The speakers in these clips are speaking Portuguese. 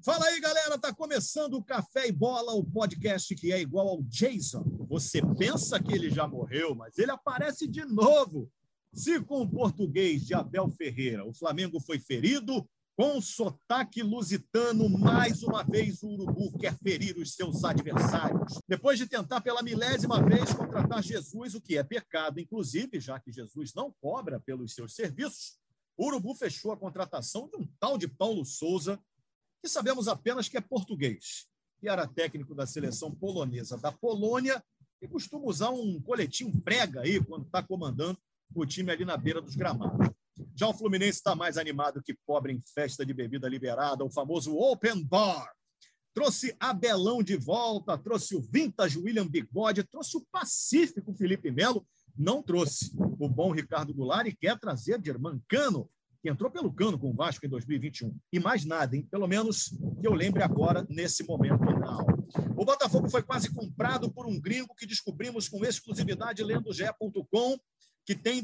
Fala aí, galera, tá começando o Café e Bola, o podcast que é igual ao Jason. Você pensa que ele já morreu, mas ele aparece de novo. Se com o português de Abel Ferreira o Flamengo foi ferido, com sotaque lusitano, mais uma vez o Urubu quer ferir os seus adversários. Depois de tentar pela milésima vez contratar Jesus, o que é pecado, inclusive, já que Jesus não cobra pelos seus serviços, o Urubu fechou a contratação de um tal de Paulo Souza, que sabemos apenas que é português, que era técnico da seleção polonesa da Polônia e costuma usar um coletinho prega aí quando está comandando o time ali na beira dos gramados. Já o Fluminense está mais animado que pobre em festa de bebida liberada, o famoso Open Bar. Trouxe Abelão de volta, trouxe o Vintage William Bigode, trouxe o Pacífico Felipe Melo, não trouxe o bom Ricardo Goulart e quer trazer Germancano, que entrou pelo Cano com o Vasco em 2021. E mais nada, hein? Pelo menos que eu lembre agora, nesse momento não. O Botafogo foi quase comprado por um gringo que descobrimos com exclusividade lendo ge.com, que tem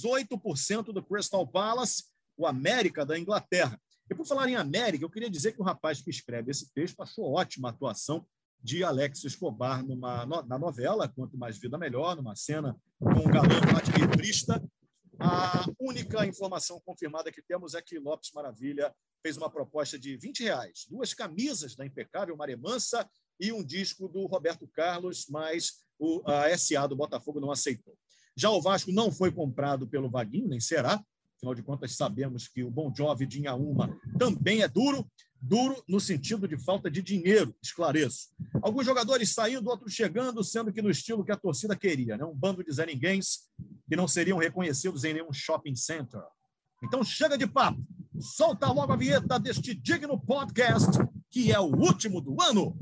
18% do Crystal Palace, o América da Inglaterra. E por falar em América, eu queria dizer que o rapaz que escreve esse texto achou ótima a atuação de Alex Escobar na novela, Quanto Mais Vida Melhor, numa cena com um galã latilibrista. A única informação confirmada que temos é que Lopes Maravilha fez uma proposta de R$20, 2 camisas da impecável Maremansa e um disco do Roberto Carlos, mas a SA do Botafogo não aceitou. Já o Vasco não foi comprado pelo Vaguinho, nem será. Afinal de contas, sabemos que o Bon Jovi de Inhaúma também é duro no sentido de falta de dinheiro, esclareço. Alguns jogadores saindo, outros chegando, sendo que no estilo que a torcida queria, né? Um bando de Zé Ninguéms que não seriam reconhecidos em nenhum shopping center. Então chega de papo, solta logo a vinheta deste digno podcast, que é o último do ano.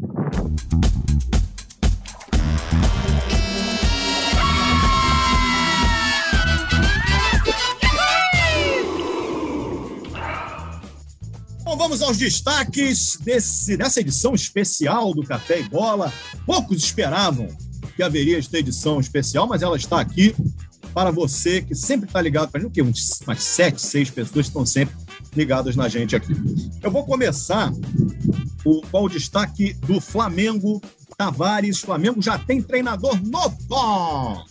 Bom, vamos aos destaques dessa edição especial do Café e Bola. Poucos esperavam que haveria esta edição especial, mas ela está aqui para você que sempre está ligado para a gente, umas 7, 6 pessoas estão sempre ligadas na gente aqui. Eu vou começar com o destaque do Flamengo. Tavares, Flamengo já tem treinador novo!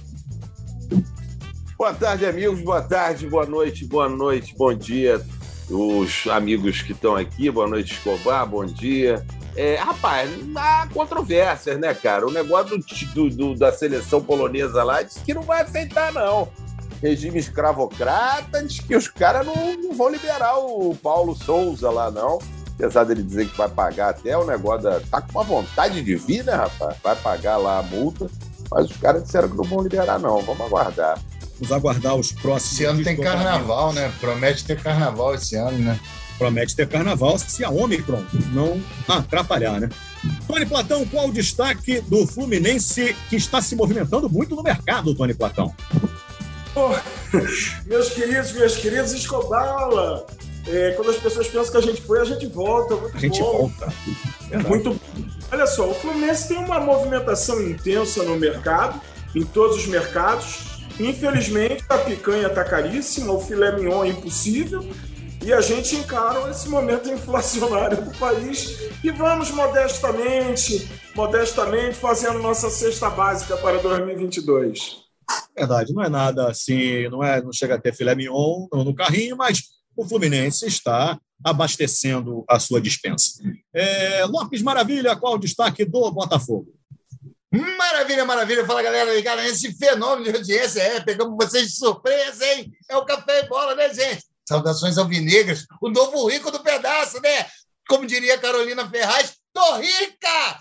Boa tarde, amigos, boa tarde, boa noite, bom dia. Os amigos que estão aqui, boa noite, Escobar, bom dia. Rapaz, há controvérsias, né, cara? O negócio da seleção polonesa lá diz que não vai aceitar, não. Regime escravocrata, diz que os caras não vão liberar o Paulo Souza lá, não. Apesar dele dizer que vai pagar até o negócio tá com uma vontade de vir, né, rapaz? Vai pagar lá a multa, mas os caras disseram que não vão liberar, não. Vamos aguardar. Vamos aguardar os próximos. Esse ano tem carnaval, né? Promete ter carnaval esse ano, né? Promete ter carnaval se a Ômicron não atrapalhar, né? Tony Platão, qual o destaque do Fluminense que está se movimentando muito no mercado, Tony Platão? Meus queridos, Escobar, quando as pessoas pensam que a gente foi, a gente volta. A gente volta. Muito bom. Olha só, o Fluminense tem uma movimentação intensa no mercado, em todos os mercados. Infelizmente, a picanha está caríssima, o filé mignon é impossível e a gente encara esse momento inflacionário do país e vamos modestamente fazendo nossa cesta básica para 2022. Verdade, não é nada assim, não chega a ter filé mignon no carrinho, mas o Fluminense está abastecendo a sua despensa. Lopes Maravilha, qual o destaque do Botafogo? Maravilha. Fala, galera, ligada nesse fenômeno de audiência. Pegamos vocês de surpresa, hein? É o Café e Bola, né, gente? Saudações alvinegras, o novo rico do pedaço, né? Como diria Carolina Ferraz, tô rica!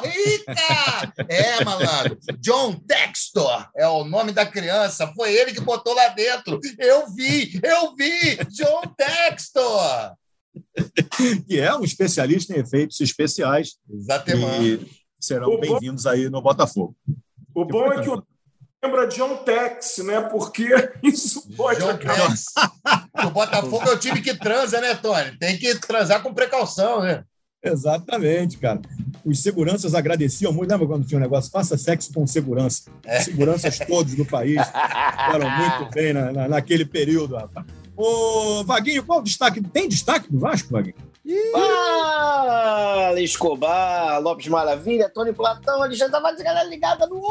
Malandro. John Textor é o nome da criança. Foi ele que botou lá dentro. Eu vi! John Textor! Que é um especialista em efeitos especiais. Exatamente. Serão bem-vindos aí no Botafogo. O bom é que lembra John Tex, né? Porque isso pode acabar. O Botafogo é o time que transa, né, Tony? Tem que transar com precaução, né? Exatamente, cara. Os seguranças agradeciam muito. Lembra quando tinha um negócio? Faça sexo com segurança. Seguranças todos do país foram muito bem naquele período, rapaz. Ô, Vaguinho, qual o destaque? Tem destaque do Vasco, Vaguinho? Escobar, Lopes Maravilha, Tony Platão, Alexandre Tavares, a galera ligada no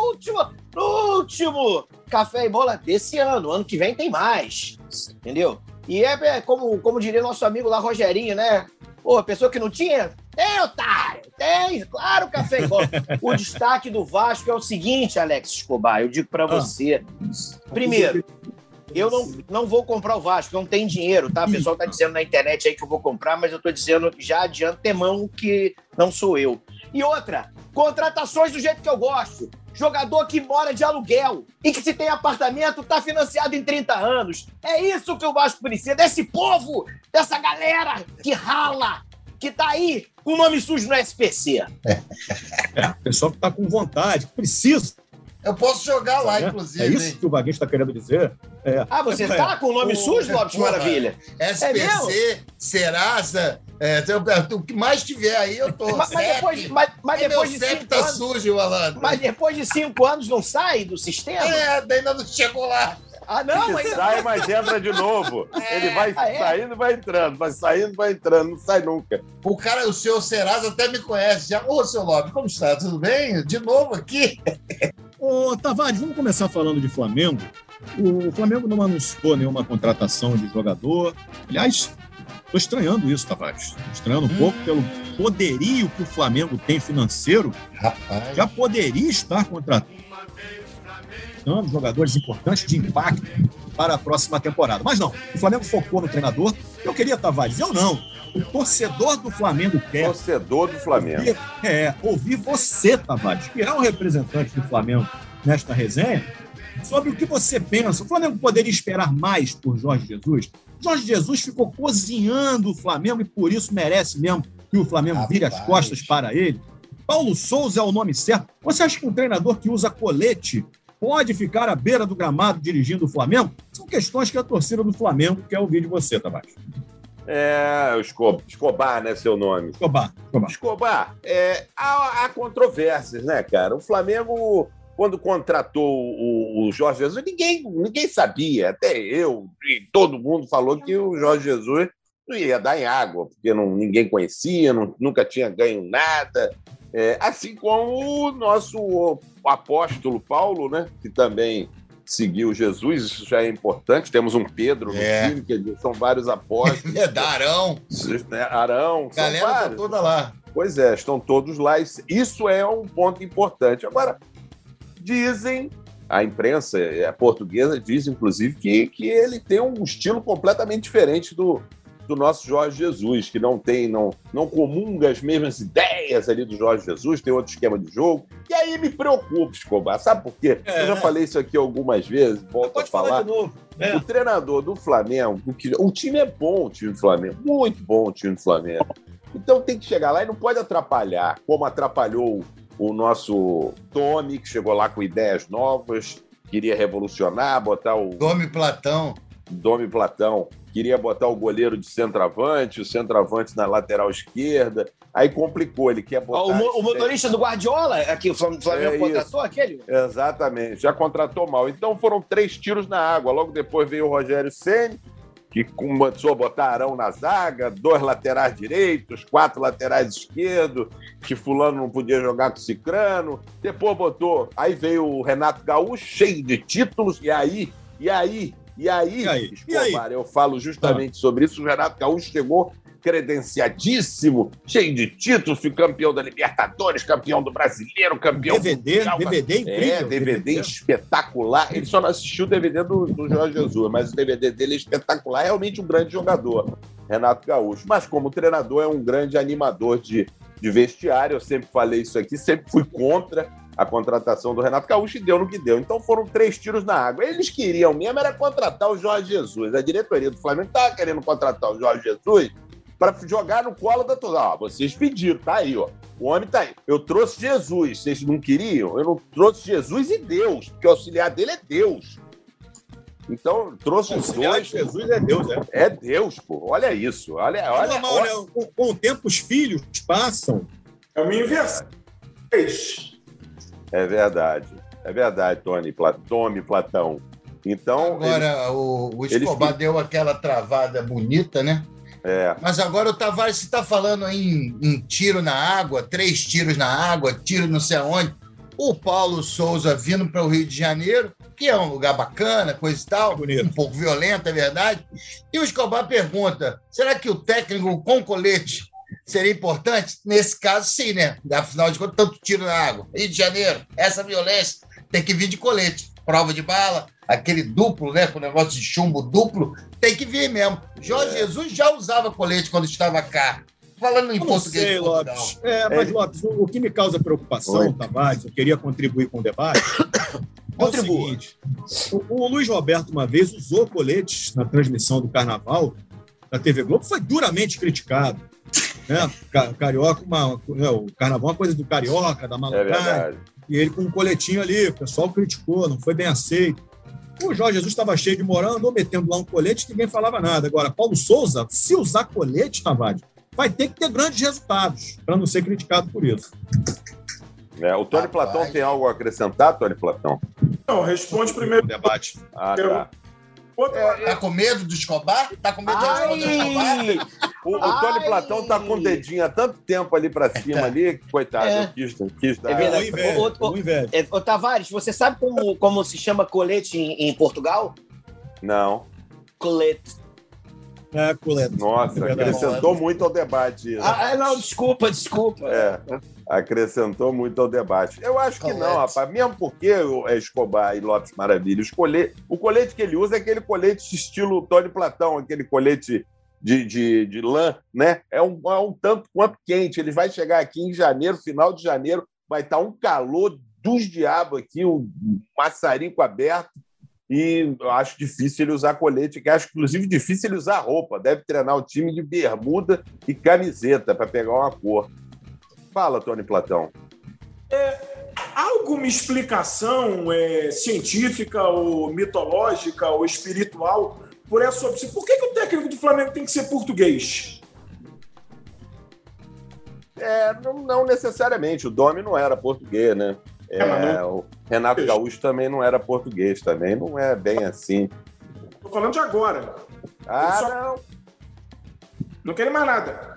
último Café e Bola desse ano. Ano que vem tem mais, entendeu? E como diria nosso amigo lá, Rogerinho, né? Pô, a pessoa que não tinha... Tem, otário! Tem, claro, Café e Bola. O destaque do Vasco é o seguinte, Alex Escobar, eu digo pra você. Primeiro, eu não vou comprar o Vasco, não tem dinheiro, tá? O pessoal tá dizendo na internet aí que eu vou comprar, mas eu tô dizendo já de antemão que não sou eu. E outra, contratações do jeito que eu gosto. Jogador que mora de aluguel e que se tem apartamento tá financiado em 30 anos. É isso que o Vasco precisa, desse povo, dessa galera que rala, que tá aí com o nome sujo no SPC. Pessoal que tá com vontade, que precisa. Eu posso jogar lá, inclusive. É isso que o Vaguinho está querendo dizer? Você tá com o nome sujo, Lopes Maravilha? SPC, Serasa, o que mais tiver aí, eu tô. Mas depois de 5 anos... sujo, malandro. Mas depois de 5 anos não sai do sistema? Ainda não chegou lá. Não, ele sai, mas entra de novo. Ele vai saindo e vai entrando, vai saindo e vai entrando, não sai nunca. O senhor Serasa até me conhece já. Ô, seu Lopes, como está? Tudo bem? De novo aqui? Ô, Tavares, vamos começar falando de Flamengo. O Flamengo não anunciou nenhuma contratação de jogador. Aliás, estou estranhando isso, Tavares. Estou estranhando um pouco pelo poderio que o Flamengo tem financeiro. Rapaz. Já poderia estar contratando jogadores importantes de impacto para a próxima temporada. Mas não, o Flamengo focou no treinador. Eu queria, Tavares, eu não. O torcedor do Flamengo quer... Torcedor do Flamengo. Ouvir você, Tavares, que é um representante do Flamengo nesta resenha, sobre o que você pensa. O Flamengo poderia esperar mais por Jorge Jesus? Jorge Jesus ficou cozinhando o Flamengo e por isso merece mesmo que o Flamengo vire as costas para ele. Paulo Souza é o nome certo. Você acha que um treinador que usa colete pode ficar à beira do gramado dirigindo o Flamengo? São questões que a torcida do Flamengo quer ouvir de você, Tavares. Escobar, né, seu nome? Escobar, há controvérsias, né, cara? O Flamengo, quando contratou o Jorge Jesus, ninguém sabia, até eu, e todo mundo falou que o Jorge Jesus não ia dar em água, porque ninguém conhecia, nunca tinha ganho nada. Assim como o nosso apóstolo Paulo, né, que também seguiu Jesus, isso já é importante. Temos um Pedro no time, que são vários apóstolos. Arão. Galera tá toda lá. Pois é, estão todos lá. Isso é um ponto importante. Agora, dizem, a imprensa portuguesa diz, inclusive, que ele tem um estilo completamente diferente do nosso Jorge Jesus, que não comunga as mesmas ideias ali do Jorge Jesus, tem outro esquema de jogo. E aí me preocupa, Escobar. Sabe por quê? Eu já falei isso aqui algumas vezes, volto a falar. De novo. O treinador do Flamengo, o time é bom, o time do Flamengo, muito bom o time do Flamengo. Então tem que chegar lá e não pode atrapalhar, como atrapalhou o nosso Domi, que chegou lá com ideias novas, queria revolucionar, botar o... Domi Platão. Queria botar o goleiro de centroavante, o centroavante na lateral esquerda. Aí complicou, ele quer botar... O motorista do Guardiola, aqui o Flamengo contratou aquele? Exatamente, já contratou mal. Então foram 3 tiros na água. Logo depois veio o Rogério Ceni, que começou a botar Arão na zaga, 2 laterais direitos, 4 laterais esquerdos, que fulano não podia jogar com Cicrano. Depois botou... Aí veio o Renato Gaúcho, cheio de títulos, e aí, Escobar, eu falo justamente sobre isso. O Renato Gaúcho chegou credenciadíssimo, cheio de títulos, foi campeão da Libertadores, campeão do Brasileiro, campeão... DVD incrível. DVD espetacular. Ele só não assistiu o DVD do Jorge Jesus, mas o DVD dele é espetacular. É realmente um grande jogador, Renato Gaúcho. Mas como treinador é um grande animador de vestiário. Eu sempre falei isso aqui, sempre fui contra a contratação do Renato Gaúcho e deu no que deu. Então foram 3 tiros na água. Eles queriam mesmo era contratar o Jorge Jesus. A diretoria do Flamengo estava querendo contratar o Jorge Jesus para jogar no colo da torcida. Vocês pediram, tá aí, ó. O homem tá aí. Eu trouxe Jesus, vocês não queriam? Eu não trouxe Jesus e Deus, porque o auxiliar dele é Deus. Então, trouxe os dois. Jesus é Deus, né? É Deus, pô. Olha isso. Olha. Com o tempo, os filhos passam. É uma inversão. É verdade, Tony Platão. Então, agora, o Escobar deu aquela travada bonita, né? Mas agora o Tavares, você está falando em tiro na água, 3 tiros na água, tiro não sei aonde. O Paulo Souza vindo para o Rio de Janeiro, que é um lugar bacana, coisa e tal, um pouco violento, é verdade. E o Escobar pergunta, será que o técnico com colete seria importante? Nesse caso, sim, né? Afinal de contas, tanto tiro na água. Rio de Janeiro, essa violência tem que vir de colete. Prova de bala, aquele duplo, né? Com o negócio de chumbo duplo, tem que vir mesmo. Jorge Jesus já usava colete quando estava cá. Falando em português de Portugal. Lopes. Mas, Lopes, o que me causa preocupação, Tavares, eu queria contribuir com o debate, é o seguinte. O Luiz Roberto, uma vez, usou coletes na transmissão do Carnaval da TV Globo, foi duramente criticado. Né? Carioca, o Carnaval é uma coisa do carioca, da malandragem. E ele com um coletinho ali, o pessoal criticou, não foi bem aceito. O Jorge Jesus estava cheio de moral, andou metendo lá um colete, ninguém falava nada. Agora, Paulo Souza, se usar colete, Tavares, vai ter que ter grandes resultados para não ser criticado por isso. O Tony Platão tem algo a acrescentar, Tony Platão? Não, responde primeiro. Debate. Tá. Tá com medo do Escobar? Tá com medo de responder o Escobar? O Tony Platão tá com o dedinho há tanto tempo ali pra cima, ali, coitado, eu quis dar. É verdade. Ô, Tavares, você sabe como se chama colete em Portugal? Não. Colete. Colete. Nossa, acrescentou muito ao debate. Não, desculpa. Acrescentou muito ao debate. Eu acho que não, rapaz. Mesmo porque o Escobar e Lopes Maravilha, o colete que ele usa é aquele colete estilo Tony Platão, aquele colete de lã, né? É um tanto quanto quente. Ele vai chegar aqui em janeiro, final de janeiro, vai estar um calor dos diabos aqui, um maçarico aberto. E eu acho difícil ele usar colete, que acho inclusive difícil ele usar roupa. Deve treinar o time de bermuda e camiseta para pegar uma cor. Fala, Tony Platão. Há alguma explicação científica ou mitológica ou espiritual por essa opção? Por que o técnico do Flamengo tem que ser português? Não necessariamente. O Domi não era português, né? O Renato Gaúcho também não era português, também não é bem assim. Tô falando de agora. Não. Não querem mais nada.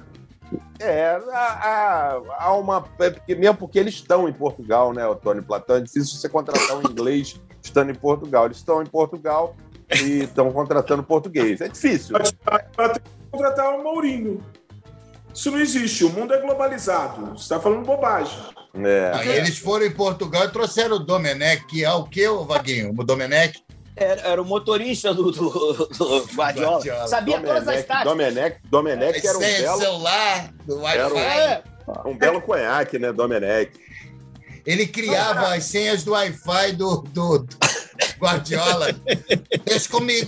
Há uma... Mesmo porque eles estão em Portugal, né, o Tony Platão? É difícil você contratar um inglês estando em Portugal. Eles estão em Portugal e estão contratando português. É difícil. Para contratar o Mourinho. Isso não existe. O mundo é globalizado. Você está falando bobagem. Eles foram em Portugal e trouxeram o Domenech, que é o quê, Vaguinho? O Domenech? Era o motorista do Guardiola. Sabia todas as táticas. Domenech era um belo... celular, do Wi-Fi. Um belo conhaque, né, Domenech? Ele criava as senhas do Wi-Fi do Guardiola. Deixa comigo.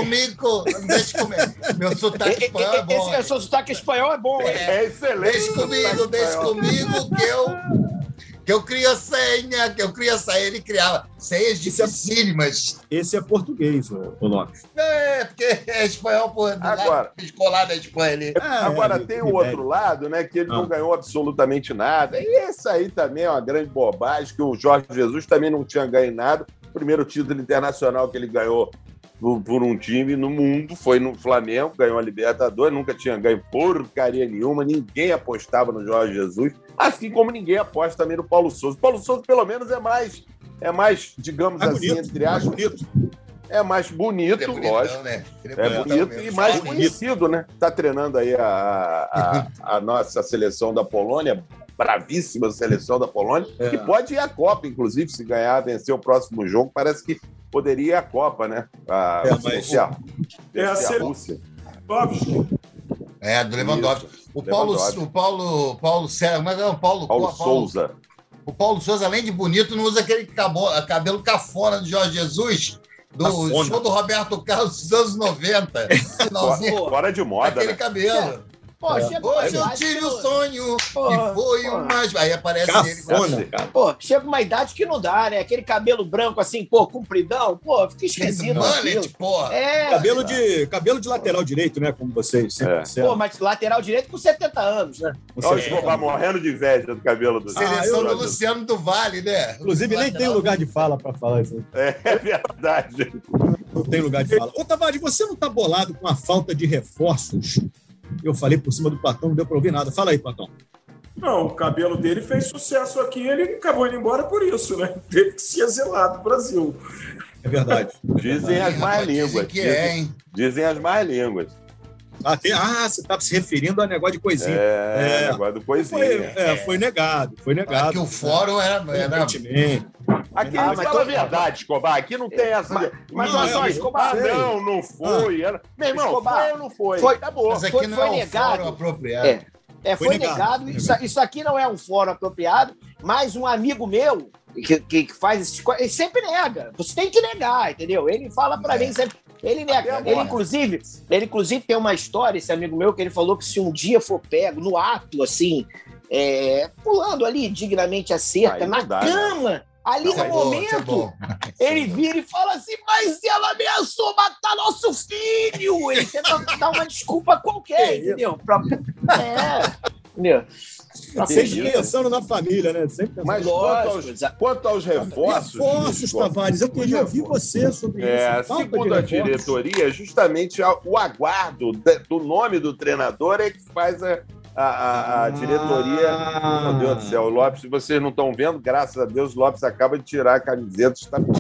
Meu sotaque espanhol é bom. Seu sotaque espanhol é bom, é excelente. Deixa comigo que eu crio a senha, Ele criava senhas dificílimas. Esse é português, o Lopes. Porque é espanhol, porra. Agora, escolar da Espanha ali. Agora tem o outro lado, né, que ele não ganhou absolutamente nada. E esse aí também é uma grande bobagem, que o Jorge Jesus também não tinha ganho nada. O primeiro título internacional que ele ganhou por um time no mundo foi no Flamengo, ganhou a Libertadores, nunca tinha ganho porcaria nenhuma, ninguém apostava no Jorge Jesus, assim como ninguém aposta também no Paulo Souza. O Paulo Souza, pelo menos, é mais, digamos assim, bonito, entre aspas, é mais bonito, lógico. Né? Bonito e mais conhecido, né? Está treinando aí a nossa seleção da Polônia, bravíssima seleção da Polônia, que pode ir à Copa, inclusive, se ganhar, vencer o próximo jogo, parece que poderia ir à Copa, né? A Rússia. Do Lewandowski. O Paulo Souza. O Paulo Souza, além de bonito, não usa aquele cabelo cafona do Jorge Jesus, do show do Roberto Carlos dos anos 90. Fora de moda, aquele cabelo. Hoje eu tive o sonho e foi o mais... Aí aparece ele. Chega uma idade que não dá, né? Aquele cabelo branco assim, compridão, fica esquisito. Cabelo de lateral direito, né? Como vocês sempre disseram. Mas lateral direito com 70 anos, né? Tá morrendo de inveja do cabelo do... Seleção do Luciano do Vale, né? Inclusive, nem tem lugar de fala para falar isso. É verdade. Não tem lugar de fala. Ô, Tavares, você não tá bolado com a falta de reforços Eu falei por cima do Platão, não deu para ouvir nada. Fala aí, Platão. Não, o cabelo dele fez sucesso aqui, ele acabou indo embora por isso, né? Teve que se exilar do Brasil. É verdade. Dizem as más línguas. Dizem as más línguas. Você está se referindo a negócio de coisinha. Negócio de coisinha. Foi negado. Aqui o fórum era... Aqui a gente fala a verdade, Escobar. Aqui não tem essa... Mas olha só, Escobar... Não foi. Meu irmão, Escobar, foi ou não foi? Acabou. Mas aqui não é um fórum apropriado. Foi negado. Isso aqui não é um fórum apropriado, mas um amigo meu que faz esse tipo, ele sempre nega. Você tem que negar, entendeu? Ele fala pra mim sempre. Ele nega. Ele, inclusive, tem uma história, esse amigo meu, que ele falou que se um dia for pego no ato, assim, pulando ali dignamente a cerca, na cama, ali no momento, ele vira e fala assim, mas ela ameaçou matar nosso filho! Ele tenta dar uma desculpa qualquer, entendeu? Entendeu? Sempre pensando na família, né? Mas quanto aos reforços, Tavares, eu queria ouvir você sobre isso. Segundo a diretoria, justamente o aguardo do nome do treinador é que faz a diretoria. Meu Deus do céu, o Lopes, se vocês não estão vendo, graças a Deus, o Lopes acaba de tirar a camiseta.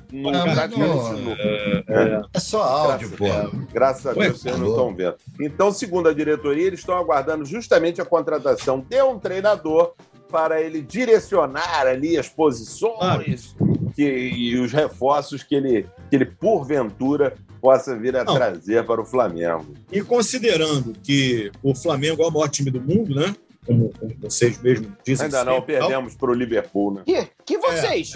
É só áudio, pô. Graças a Deus, vocês não estão vendo. Então, segundo a diretoria, eles estão aguardando justamente a contratação de um treinador para ele direcionar ali as posições e os reforços que ele porventura possa vir a trazer para o Flamengo. E considerando que o Flamengo é o maior time do mundo, né? Como vocês mesmos dizem. Ainda não perdemos para o Liverpool, né? Que vocês?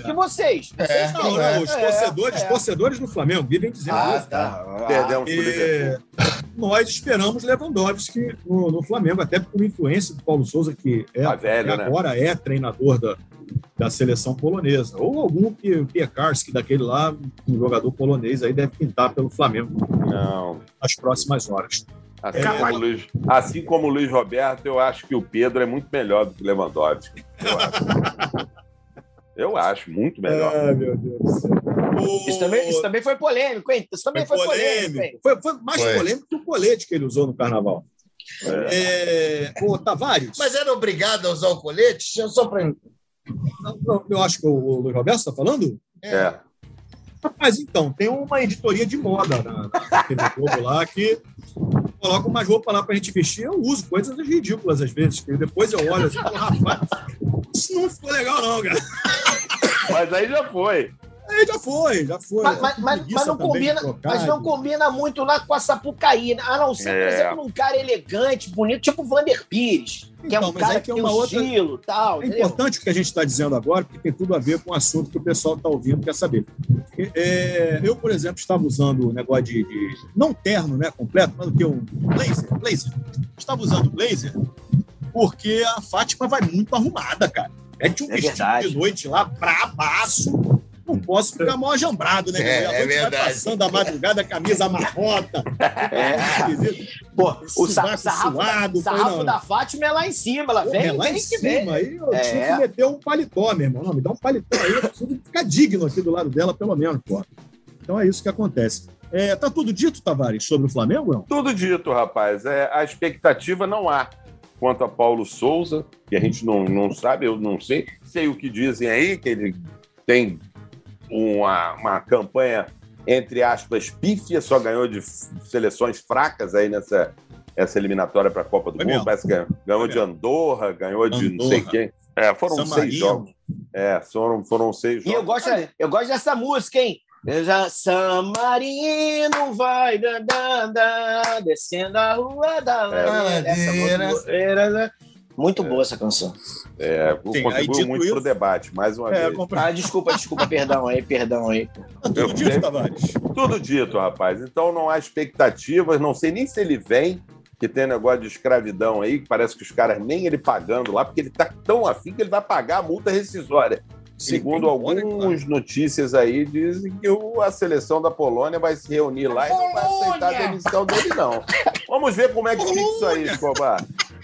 Os torcedores do Flamengo vivem dizendo isso. Perdemos para o Liverpool. Nós esperamos Lewandowski no Flamengo, até por influência do Paulo Souza, que agora é treinador da seleção polonesa. Ou algum Piekarski daquele lá, um jogador polonês, aí deve pintar pelo Flamengo nas próximas horas. Assim como o Luiz Roberto, eu acho que o Pedro é muito melhor do que o Lewandowski. Eu acho muito melhor. Meu Deus do céu. Isso também foi polêmico, hein? Isso também foi polêmico, hein? Foi mais polêmico que o colete que ele usou no carnaval. Tavares. Mas era obrigado a usar o colete? Só para... Eu acho que o Luiz Roberto está falando? Rapaz, então, tem uma editoria de moda na TV Globo lá que coloca umas roupas lá pra gente vestir. Eu uso coisas ridículas às vezes, que depois eu olho assim e falo, rapaz, isso não ficou legal não, cara. Mas aí já foi. Já foi. Mas não combina muito lá com a Sapucaí, né? A não ser, por exemplo, um cara elegante, bonito, tipo o Vander Pires, que é um cara que tem um estilo e tal. É importante o que a gente está dizendo agora, porque tem tudo a ver com o assunto que o pessoal está ouvindo, quer saber. Eu, por exemplo, estava usando o negócio de não terno, né, completo, mas o que? Um blazer. Estava usando blazer porque a Fátima vai muito arrumada, cara. Mete um vestido de noite lá, brabaço. Não posso ficar mal ajambrado, né? A noite vai passando a madrugada, a camisa amarrota. O sarrafo da Fátima é lá em cima. Ela vem, lá em cima. Aí eu tinha que meter um paletó, meu irmão. Não, me dá um paletó aí. Eu preciso ficar digno aqui do lado dela, pelo menos, pô. Então é isso que acontece. Tá tudo dito, Tavares, sobre o Flamengo, não? Tudo dito, rapaz. A expectativa não há quanto a Paulo Souza, que a gente não sabe, eu não sei. Sei o que dizem aí, que ele tem uma campanha, entre aspas, pífia, só ganhou de seleções fracas aí nessa eliminatória para a Copa do Mundo. Parece que ganhou de Andorra, ganhou de não sei quem. Foram 6 jogos. Foram 6 jogos. E eu gosto dessa música, hein? San Marino vai descendo a rua da Ladeira. Muito boa essa canção. Contribuiu muito para o debate, mais uma vez. Desculpa, perdão aí. Tudo dito, Tavares? Tudo dito, rapaz. Então não há expectativas, não sei nem se ele vem, que tem negócio de escravidão aí, que parece que os caras nem ele pagando lá, porque ele tá tão afim que ele vai pagar a multa rescisória. Segundo algumas notícias aí, dizem que a seleção da Polônia vai se reunir lá e não vai aceitar a demissão dele, não. Vamos ver como é que fica isso aí, Escobar.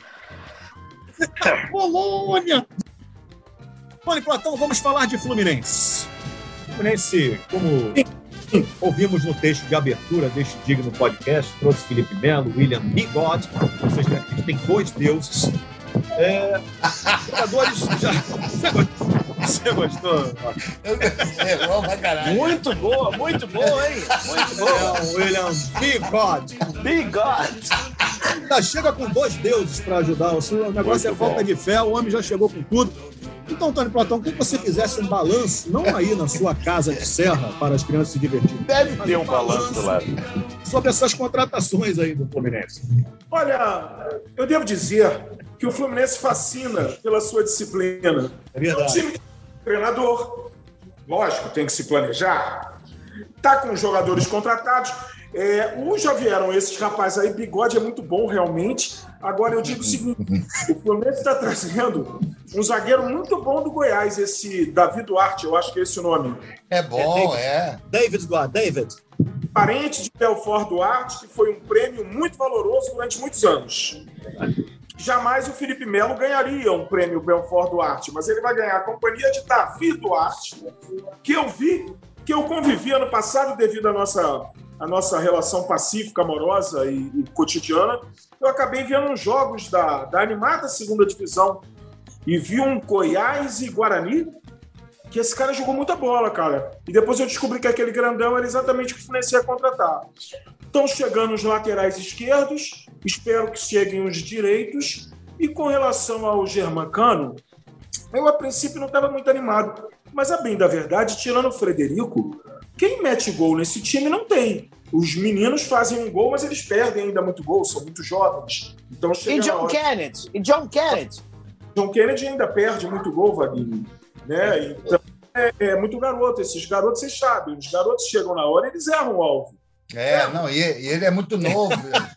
Polônia! Platão, vamos falar de Fluminense. Fluminense, como Ouvimos no texto de abertura deste digno podcast, trouxe Felipe Melo, William Bigode, ou seja, a gente tem 2 deuses. Jogadores já... Você gostou? Eu gostei, bom pra caralho. Muito boa, hein? Muito boa. William Bigode. Chega com 2 deuses para ajudar. O negócio é falta de fé, o homem já chegou com tudo. Então, Tony Platão, que você fizesse um balanço, não aí na sua casa de serra, para as crianças se divertirem. Deve ter um balanço lá. Sobre essas contratações aí do Fluminense. Olha, eu devo dizer que o Fluminense fascina pela sua disciplina. É verdade. É um time de treinador. Lógico, tem que se planejar. Tá com jogadores contratados. Já vieram esses rapazes aí. Bigode é muito bom, realmente. Agora eu digo o seguinte: o Fluminense está trazendo um zagueiro muito bom do Goiás, esse Davi Duarte, eu acho que é esse o nome. É bom, David Duarte, David. Parente de Belfort Duarte, que foi um prêmio muito valoroso durante muitos anos. Jamais o Felipe Melo ganharia um prêmio Belfort Duarte, mas ele vai ganhar a companhia de Davi Duarte, que eu convivi ano passado devido à nossa relação pacífica, amorosa e cotidiana. Eu acabei vendo uns jogos da animada segunda divisão e vi um Goiás e Guarani, que esse cara jogou muita bola, cara. E depois eu descobri que aquele grandão era exatamente o que o Fluminense ia contratar. Estão chegando os laterais esquerdos, espero que cheguem os direitos. E com relação ao Germancano, eu a princípio não estava muito animado. Mas a bem da verdade, tirando o Frederico, quem mete gol nesse time não tem. Os meninos fazem um gol, mas eles perdem ainda muito gol, são muito jovens. Então, E John Kennedy? John Kennedy ainda perde muito gol, Vaguinho. Né? Então, é muito garoto. Esses garotos, vocês sabem, os garotos chegam na hora e eles erram o alvo. E ele é muito novo.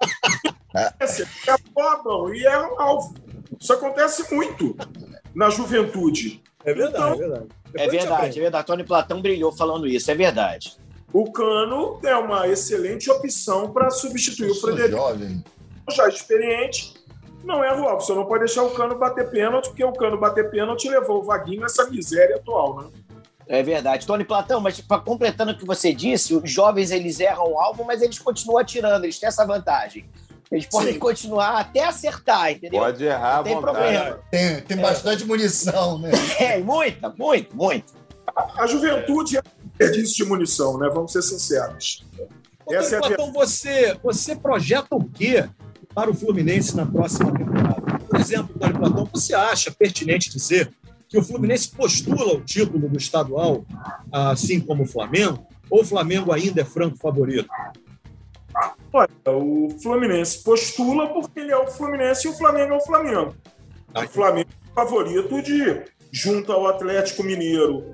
Afobam e erram o alvo. Isso acontece muito na juventude. É verdade, então, é verdade. Tony Platão brilhou falando isso, é verdade. O Cano é uma excelente opção para substituir o Frederico. Jovem. Já experiente, não erra o alvo. Você não pode deixar o Cano bater pênalti, porque o Cano bater pênalti levou o Vaguinho a essa miséria atual, né? É verdade. Tony Platão, mas completando o que você disse, os jovens eles erram o alvo, mas eles continuam atirando, eles têm essa vantagem. Eles podem continuar até acertar, entendeu? Pode errar, não tem problema. Tem bastante munição, né? Muita. A juventude é desperdício de munição, né? Vamos ser sinceros. Platão, você projeta o quê para o Fluminense na próxima temporada? Por exemplo, Tony Platão, você acha pertinente dizer que o Fluminense postula o título do estadual, assim como o Flamengo, ou o Flamengo ainda é franco favorito? Olha, o Fluminense postula porque ele é o Fluminense e o Flamengo é o Flamengo. O Flamengo é o favorito junto ao Atlético Mineiro,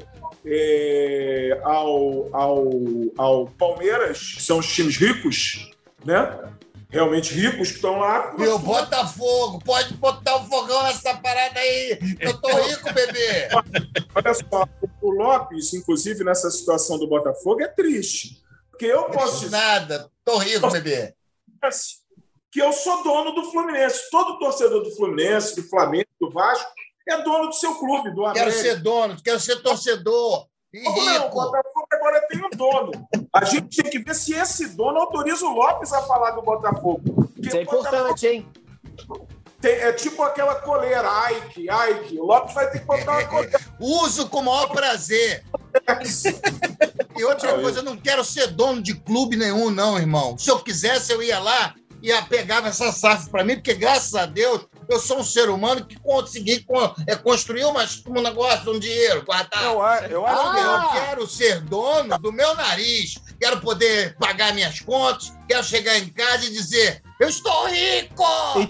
ao Palmeiras, que são os times ricos, né? Realmente ricos que estão lá. E o Botafogo, pode botar um fogão nessa parada aí. Eu tô rico, bebê. Olha só, o Lopes, inclusive, nessa situação do Botafogo, é triste. Porque eu posso dizer... Nada, tô rico, bebê. Que eu sou dono do Fluminense. Todo torcedor do Fluminense, do Flamengo, do Vasco, é dono do seu clube, do América. Quero ser dono, quero ser torcedor. E não, rico. o Botafogo agora tem um dono. A gente tem que ver se esse dono autoriza o Lopes a falar do Botafogo. Isso é importante, hein? É tipo aquela coleira, Ike. O Lopes vai ter que botar uma coleira. Uso com o maior prazer. E outra coisa, eu não quero ser dono de clube nenhum, não, irmão. Se eu quisesse, eu ia lá e pegava essa SAF para mim, porque, graças a Deus, eu sou um ser humano que consegui construir um negócio, um dinheiro, guardar. Eu quero ser dono do meu nariz. Quero poder pagar minhas contas. Quero chegar em casa e dizer... Eu estou rico!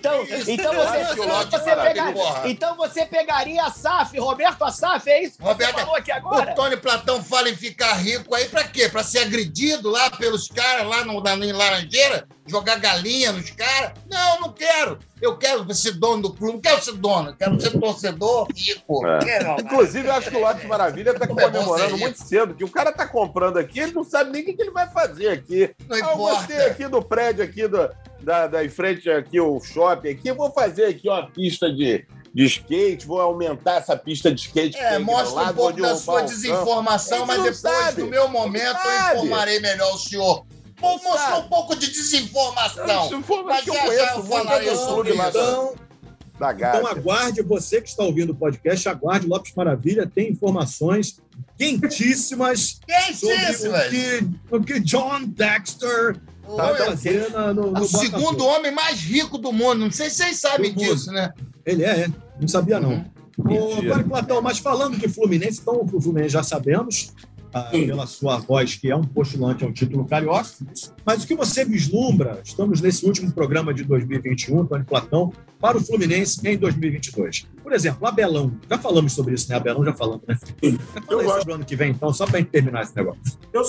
Então você pegaria a SAF, Roberto Assaf, é isso que você falou aqui agora? O Tony Platão fala em ficar rico aí pra quê? Pra ser agredido lá pelos caras lá em Laranjeira? Jogar galinha nos caras? Não quero. Eu quero ser dono do clube, não quero ser dono, eu quero ser torcedor rico. Inclusive, eu acho que o Lopes Maravilha está comemorando muito cedo, que o cara está comprando aqui, ele não sabe nem o que ele vai fazer aqui. Eu gostei aqui do prédio aqui da em frente aqui, o shopping aqui, eu vou fazer aqui uma pista de de skate, vou aumentar essa pista de skate. Mostra um pouco da sua desinformação, mas depois do meu momento eu informarei melhor o senhor. Mostrou um pouco de desinformação. Mas já eu falarei sobre isso. Então aguarde, você que está ouvindo o podcast, aguarde, Lopes Maravilha tem informações quentíssimas sobre o que John Dexter está fazendo no o segundo homem mais rico do mundo. Não sei se vocês sabem disso, né? Ele não sabia não. Tony Platão, mas falando de Fluminense, então o Fluminense já sabemos, pela sua voz, que é um postulante ao título carioca, mas o que você vislumbra, estamos nesse último programa de 2021, Tony Platão, para o Fluminense em 2022. Por exemplo, Abelão, já falamos sobre isso, né? Abelão já falamos, né? Eu gosto do ano que vem, então, só para a gente terminar esse negócio. Eu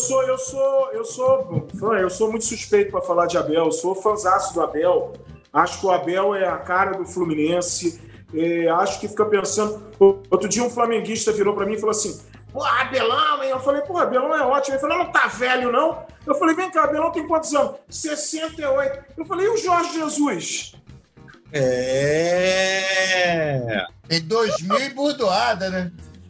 sou muito suspeito para falar de Abel, eu sou fãzaço do Abel, acho que o Abel é a cara do Fluminense, acho que fica pensando... Outro dia um flamenguista virou para mim e falou assim: pô, Abelão, hein? Eu falei, pô, Abelão é ótimo. Ele falou, não tá velho, não? Eu falei, vem cá, Abelão tem quantos anos? 68. Eu falei, e o Jorge Jesus? Em 2000 e burdoada, né?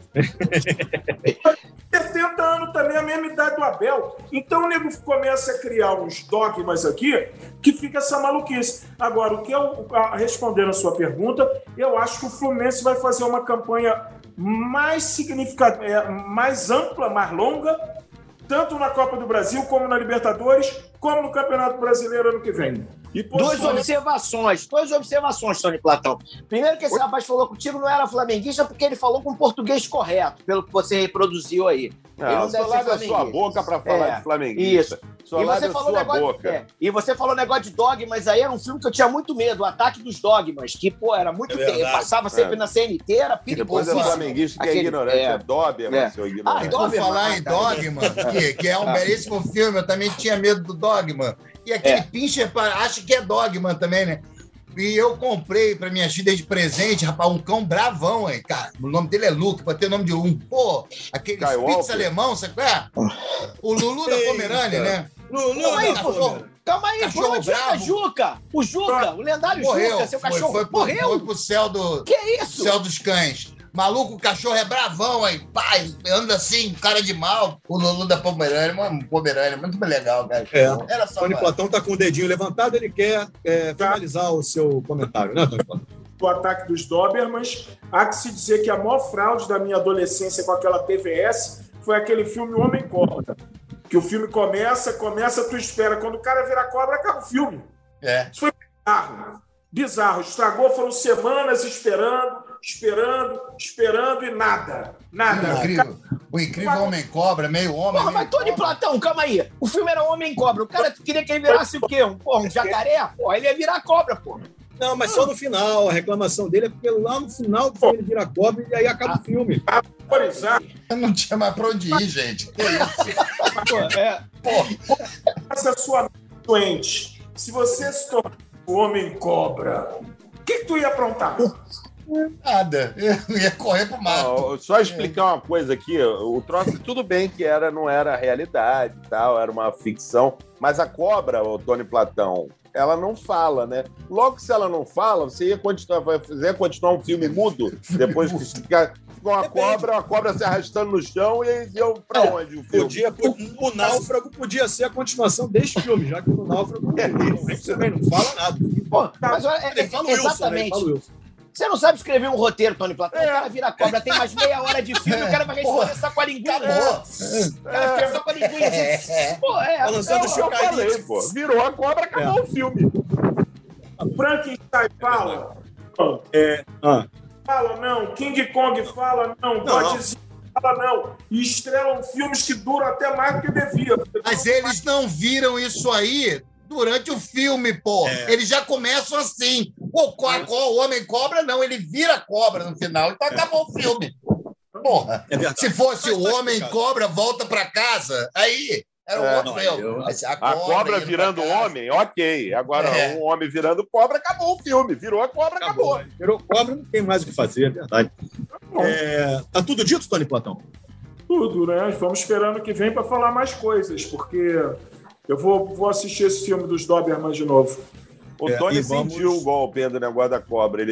70 anos também, a mesma idade do Abel. Então o nego começa a criar uns dogmas aqui que fica essa maluquice. Agora, respondendo a sua pergunta, eu acho que o Fluminense vai fazer uma campanha mais significativa, mais ampla, mais longa, tanto na Copa do Brasil, como na Libertadores, como no Campeonato Brasileiro ano que vem. Duas observações, Tony Platão. Primeiro que esse rapaz falou contigo não era flamenguista porque ele falou com português correto, pelo que você reproduziu aí. Não, só lá da sua boca para falar de flamenguista. Isso. E você falou e você falou negócio de dogmas aí, era um filme que eu tinha muito medo, O Ataque dos Dogmas, que, pô, era muito passava sempre na CNT, era perigoso. Depois é flamenguista que é ignorante, é Doberman, seu ignorante. Por falar em Dogma, que é um belíssimo filme, eu também tinha medo do Dogma. E aquele Pincher, acho que é Dogman também, né? E eu comprei pra minha filha de presente, rapaz, um cão bravão, hein, cara. O nome dele é Luke, pode ter o nome de um. Pô, aquele Spitz alemão, sabe qual é? O Lulu da Pomerânia, né? Calma aí, cachorro bravo. Juca, o lendário Juca, seu cachorro morreu. Foi pro céu céu dos cães. Maluco, o cachorro é bravão, aí, pai, anda assim, cara de mal. O Lulu da Pomerânia, muito legal, cara. Era só Tony Platão tá com o dedinho levantado, ele quer finalizar o seu comentário, né, Tony Platão? O Ataque dos Dobermans, há que se dizer que a maior fraude da minha adolescência com aquela TVS foi aquele filme Homem Cobra. Que o filme começa, tu espera. Quando o cara vira cobra, acaba o filme. Isso foi bizarro. Estragou, foram semanas esperando e nada. O incrível Homem-Cobra, meio homem. Porra, mas Tony Platão, calma aí. O filme era Homem-Cobra. O cara queria que ele virasse o quê? Um jacaré? Porra, ele ia virar cobra, porra. Não, mas só no final. A reclamação dele é porque lá no final do filme ele vira cobra e aí acaba o filme. Eu não tinha mais pra onde ir, gente. Que isso? Essa sua doente, se você se tornar o Homem-Cobra, o que tu ia aprontar? Nada, eu ia correr pro mato. Só explicar uma coisa aqui, o troço, tudo bem que não era realidade e tal, era uma ficção, mas a cobra, o Tony Platão, ela não fala, né? Logo se ela não fala, você ia continuar um filme mudo, depois que ficar com a cobra se arrastando no chão e iam pra onde o filme? O Náufrago podia ser a continuação deste filme, já que o Náufrago também não fala nada. Pô, mas exatamente. Você não sabe escrever um roteiro, Tony Platão. O cara vira cobra, tem mais meia hora de filme, o cara vai responder só com a linguinha. O cara fica só com a linguinha assim. Lançando o chocalhete, pô. Virou a cobra, acabou o filme. Frankenstein fala. Fala não. King Kong fala não. Godzilla fala não. E estrelam filmes que duram até mais do que devia. Mas eles não viram isso aí durante o filme, pô. Eles já começam assim. O Homem-Cobra, não. Ele vira cobra no final. Então acabou o filme. Porra. Se fosse o Homem-Cobra, volta pra casa. Aí era um outro filme. A cobra virando homem, ok. Agora, um homem virando cobra, acabou o filme. Virou a cobra, acabou. Virou cobra, não tem mais o que fazer, é verdade. Tá tudo dito, Tony Platão? Tudo, né? Vamos esperando que vem para falar mais coisas, porque eu vou assistir esse filme dos Doberman de novo. O Tony sentiu o golpe do negócio da cobra. Ele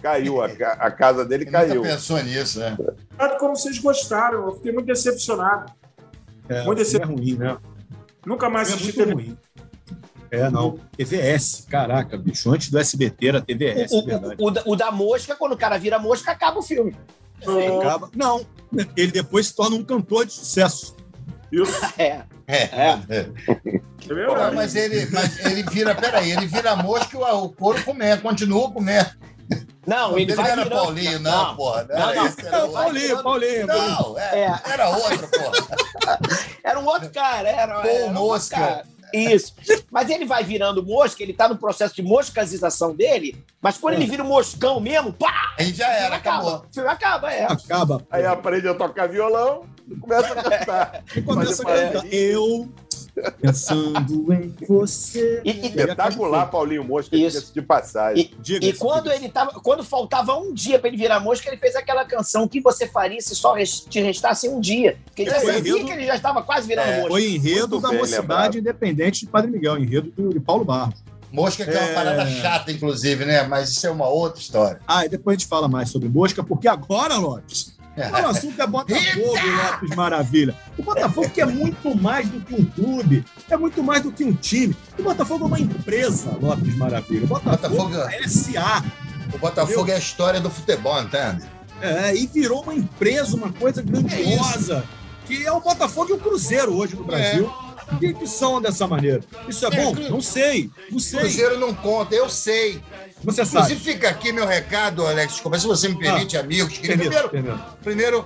Caiu, a casa dele caiu. Nunca pensou nisso, né? Como vocês gostaram, eu fiquei muito decepcionado. Muito É ruim, né? Nunca mais É assisti muito TV. ruim. Não. TVS, caraca, bicho. Antes do SBT era TVS, é verdade. O da mosca, quando o cara vira mosca, acaba o filme. Acaba. Não, ele depois se torna um cantor de sucesso. Isso. É. É Pô, verdade. mas ele vira, peraí, ele vira mosca e o couro continua comendo. Não, ele vai era virando... Paulinho, não, porra. Não. Esse era outro. Paulinho. Não, era outro, porra. Era um outro cara. Era um Mosca. outro cara. Isso. Mas ele vai virando mosca, ele tá no processo de moscazização dele, mas quando ele vira um moscão mesmo, pá! Aí já era, acabou. O filme acaba, Acaba. Aí aprende a tocar violão e começa a cantar. E começa a cantar. Eu pensando em você. Espetacular, Paulinho Mosca, Isso. de passagem. E quando faltava um dia pra ele virar mosca, ele fez aquela canção que você faria se só te restasse um dia. Porque ele já sabia que ele já estava quase virando mosca. Foi enredo Muito da bem Mocidade lembrado. Independente de Padre Miguel, enredo de Paulo Barros. Mosca que é uma parada chata, inclusive, né? Mas isso é uma outra história. E depois a gente fala mais sobre mosca, porque agora, Lopes, o assunto é Botafogo, Lopes Maravilha. O Botafogo que é muito mais do que um clube, é muito mais do que um time. O Botafogo é uma empresa, Lopes Maravilha. O Botafogo é SA. O Botafogo é a história do futebol, entende? E virou uma empresa, uma coisa grandiosa, que é o Botafogo e o Cruzeiro hoje no Brasil. Que são dessa maneira. Isso é bom? Não sei. O Cruzeiro não conta, eu sei. Você sabe. Inclusive, fica aqui meu recado, Alex, se você me permite, amigos. Primeiro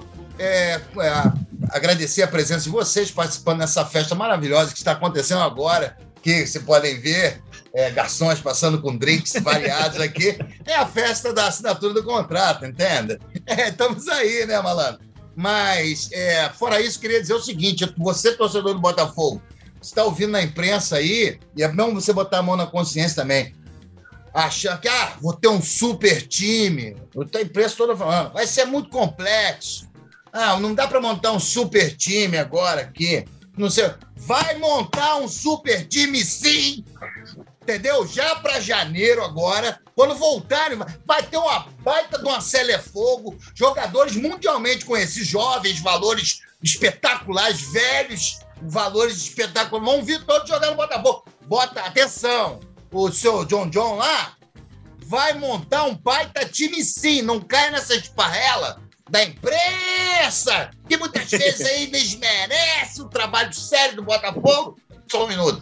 agradecer a presença de vocês participando dessa festa maravilhosa que está acontecendo agora, que vocês podem ver, garçons passando com drinks variados aqui. É a festa da assinatura do contrato, entende? Estamos aí, né, malandro? Mas, fora isso, queria dizer o seguinte, você, torcedor do Botafogo, você está ouvindo na imprensa aí, e é bom você botar a mão na consciência também, achando que, vou ter um super time, a imprensa toda falando, vai ser muito complexo, não dá para montar um super time agora aqui, não sei, vai montar um super time sim, entendeu? Já para janeiro agora, quando voltarem, vai ter uma baita de uma Celefogo, jogadores mundialmente conhecidos, jovens, valores espetaculares, velhos, valores espetaculares, vão vir todos jogar no Botafogo. Atenção, o seu John lá vai montar um baita time sim, não cai nessa esparrela da imprensa, que muitas vezes aí desmerece o trabalho sério do Botafogo. Só um minuto.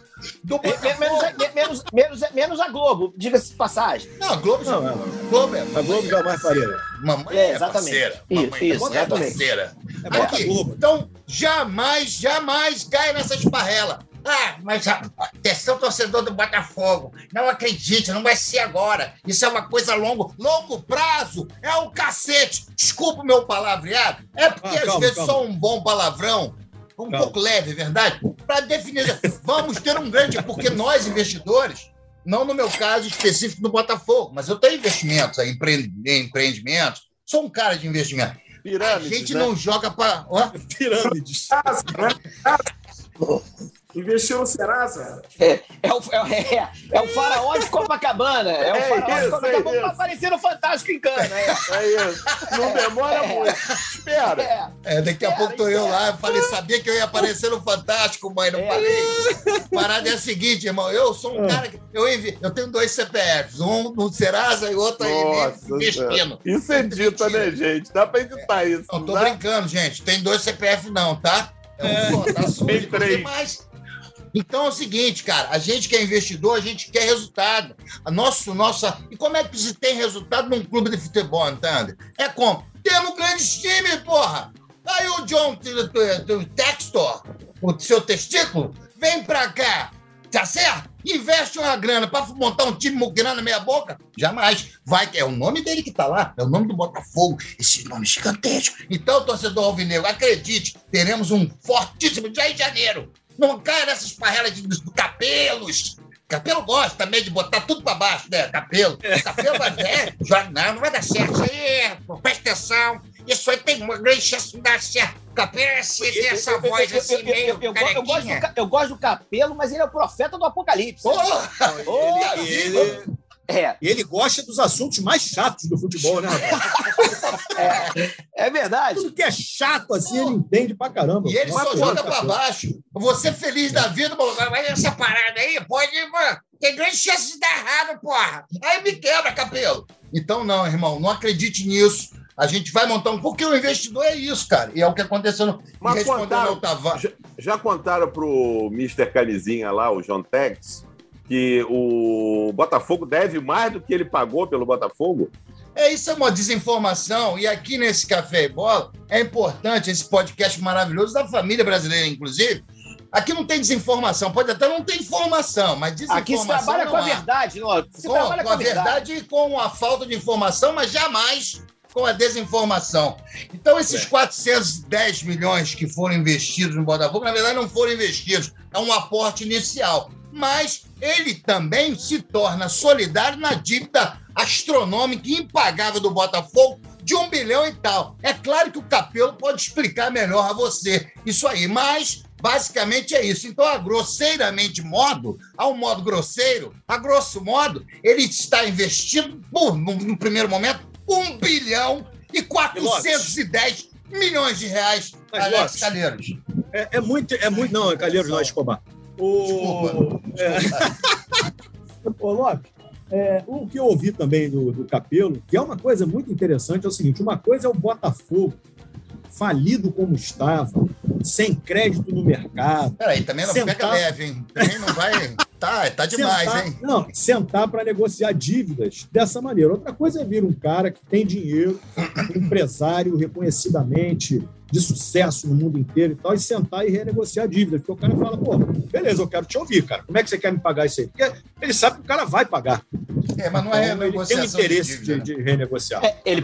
Menos a Globo, diga-se de passagem. Não, a Globo não. A Globo jamais faria. Mamãe é exatamente. parceira. Mamãe Isso, é parceira. Aqui, então, jamais cai nessa esparrela. Mas atenção, torcedor do Botafogo. Não acredite, não vai ser agora. Isso é uma coisa longo prazo. É o cacete. Desculpa o meu palavreado. É porque às vezes só um bom palavrão, pouco leve, é verdade? Para definir, vamos ter um grande... Porque nós, investidores, não no meu caso específico do Botafogo, mas eu tenho investimentos, empreendimentos, sou um cara de investimento. Pirâmides, a gente né? não joga para... Pirâmides. Investiu no Serasa? É o faraó de Copacabana. É o faraó de Copacabana. Vai aparecer no Fantástico em Cana. É isso. Não demora muito. Espera. Daqui a pouco tô eu lá. Eu falei, sabia que eu ia aparecer no Fantástico, mãe. Não falei. A parada é a seguinte, irmão. Eu sou um cara que... Eu tenho 2 CPFs. Um no Serasa e outro aí investindo. Isso é dito, né, gente? Dá pra editar isso. Não tô brincando, gente. Tem 2 CPF não, tá? Tá sujo, tem mais. Então é o seguinte, cara, a gente que é investidor, a gente quer resultado. E como é que se tem resultado num clube de futebol, entende? É como? Tendo grandes times, porra! Aí o John Textor, o seu testículo, vem pra cá, tá certo? Investe uma grana pra montar um time muquirana meia boca? Jamais. É o nome dele que tá lá, é o nome do Botafogo, esse nome gigantesco. Então, torcedor alvinegro, acredite, teremos um fortíssimo dia em janeiro. Não caia nessas parrelas de capelos. Capelo gosta também de botar tudo pra baixo, né? Capelo não vai dar certo. Isso aí, presta atenção. Isso aí tem uma grande chance de dar certo. Capelo tem essa voz assim meio eu gosto do Capelo, mas ele é o profeta do Apocalipse. E ele gosta dos assuntos mais chatos do futebol, né, rapaz? É verdade. Tudo que é chato, assim, ele entende pra caramba. E ele só joga pra baixo. Você feliz da vida, mas essa parada aí pode... Tem grande chance de dar errado, porra. Aí me quebra, Capelo. Então, não, irmão, não acredite nisso. A gente vai montar porque o investidor é isso, cara. E é o que aconteceu no... Mas já contaram pro Mr. Canizinha lá, o John Tex, que o Botafogo deve mais do que ele pagou pelo Botafogo? Isso é uma desinformação. E aqui nesse Café e Bola é importante, esse podcast maravilhoso da família brasileira, inclusive. Aqui não tem desinformação. Pode até não ter informação, mas desinformação aqui se trabalha com a verdade. Você trabalha com a verdade e com a falta de informação, mas jamais com a desinformação. Então, esses 410 milhões que foram investidos no Botafogo, na verdade, não foram investidos. É um aporte inicial. Mas ele também se torna solidário na dívida astronômica e impagável do Botafogo de 1 bilhão e tal. É claro que o Capelo pode explicar melhor a você isso aí, mas basicamente é isso. Então, a modo grosseiro, a grosso modo, ele está investindo, no primeiro momento, 1 bilhão e 410 milhões de reais. Alex Calheiros. É muito... Não, Calheiros não, Escobar. Desculpa. Ô, Lopes, o que eu ouvi também do Capelo, que é uma coisa muito interessante, é o seguinte: uma coisa é o Botafogo falido como estava, sem crédito no mercado. Peraí, também não pega leve, hein? Também não vai... Tá demais, hein? Não, sentar para negociar dívidas dessa maneira. Outra coisa é vir um cara que tem dinheiro, um empresário reconhecidamente de sucesso no mundo inteiro e tal, e sentar e renegociar dívidas. Porque o cara fala, beleza, eu quero te ouvir, cara. Como é que você quer me pagar isso aí? Porque ele sabe que o cara vai pagar. Mas não é renegociação. Ele tem interesse de renegociar. Ele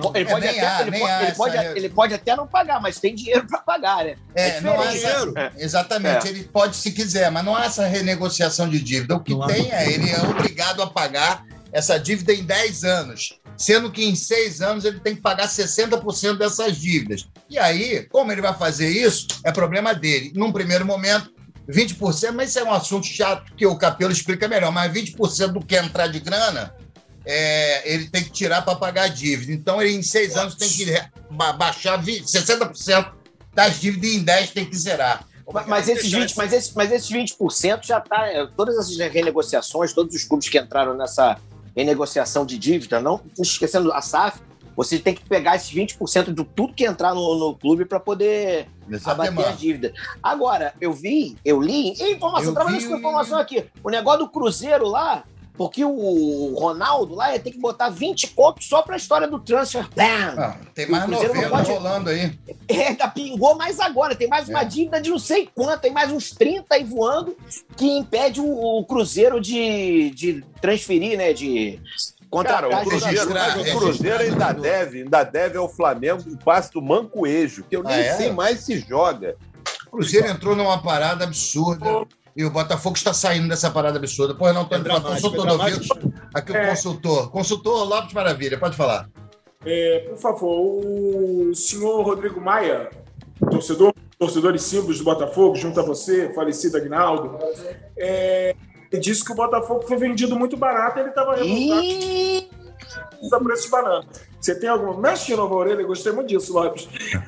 pode até não pagar, mas tem dinheiro para pagar, né? Não há dinheiro. Exatamente. Ele pode se quiser, mas não há essa renegociação de dívida. O que tem ele é obrigado a pagar essa dívida em 10 anos, sendo que em 6 anos ele tem que pagar 60% dessas dívidas. E aí, como ele vai fazer isso, é problema dele. Num primeiro momento, 20%, mas isso é um assunto chato que o Capelo explica melhor, mas 20% do que entrar de grana, ele tem que tirar para pagar a dívida. Então, ele em 6 anos tem que baixar 60% das dívidas e em 10 tem que zerar. Mas esses 20% já está... Todas essas renegociações, todos os clubes que entraram nessa renegociação de dívida, não esquecendo a SAF, você tem que pegar esses 20% de tudo que entrar no clube para poder abater a dívida. Agora, eu li, trabalhando com informação aqui, o negócio do Cruzeiro lá, porque o Ronaldo lá ia ter que botar 20 contos só para a história do transfer plan. Tem mais novela rolando aí. Ainda pingou mais agora. Tem mais uma dívida de não sei quanto. Tem mais uns 30 aí voando que impede o Cruzeiro de transferir, né? De contratar. Cara, o Cruzeiro ainda deve ao Flamengo um passe do Mancoejo, que eu nem sei mais se joga. O Cruzeiro entrou numa parada absurda. E o Botafogo está saindo dessa parada absurda. Pois não, consultor do ouvido. Aqui o consultor. Consultor Lopes Maravilha, pode falar. Por favor, o senhor Rodrigo Maia, torcedor e símbolos do Botafogo, junto a você, falecido Aguinaldo, disse que o Botafogo foi vendido muito barato e ele estava revoltado a preço de banana. Você tem alguma... Mexe de novo a orelha, eu gostei muito disso, Lopes.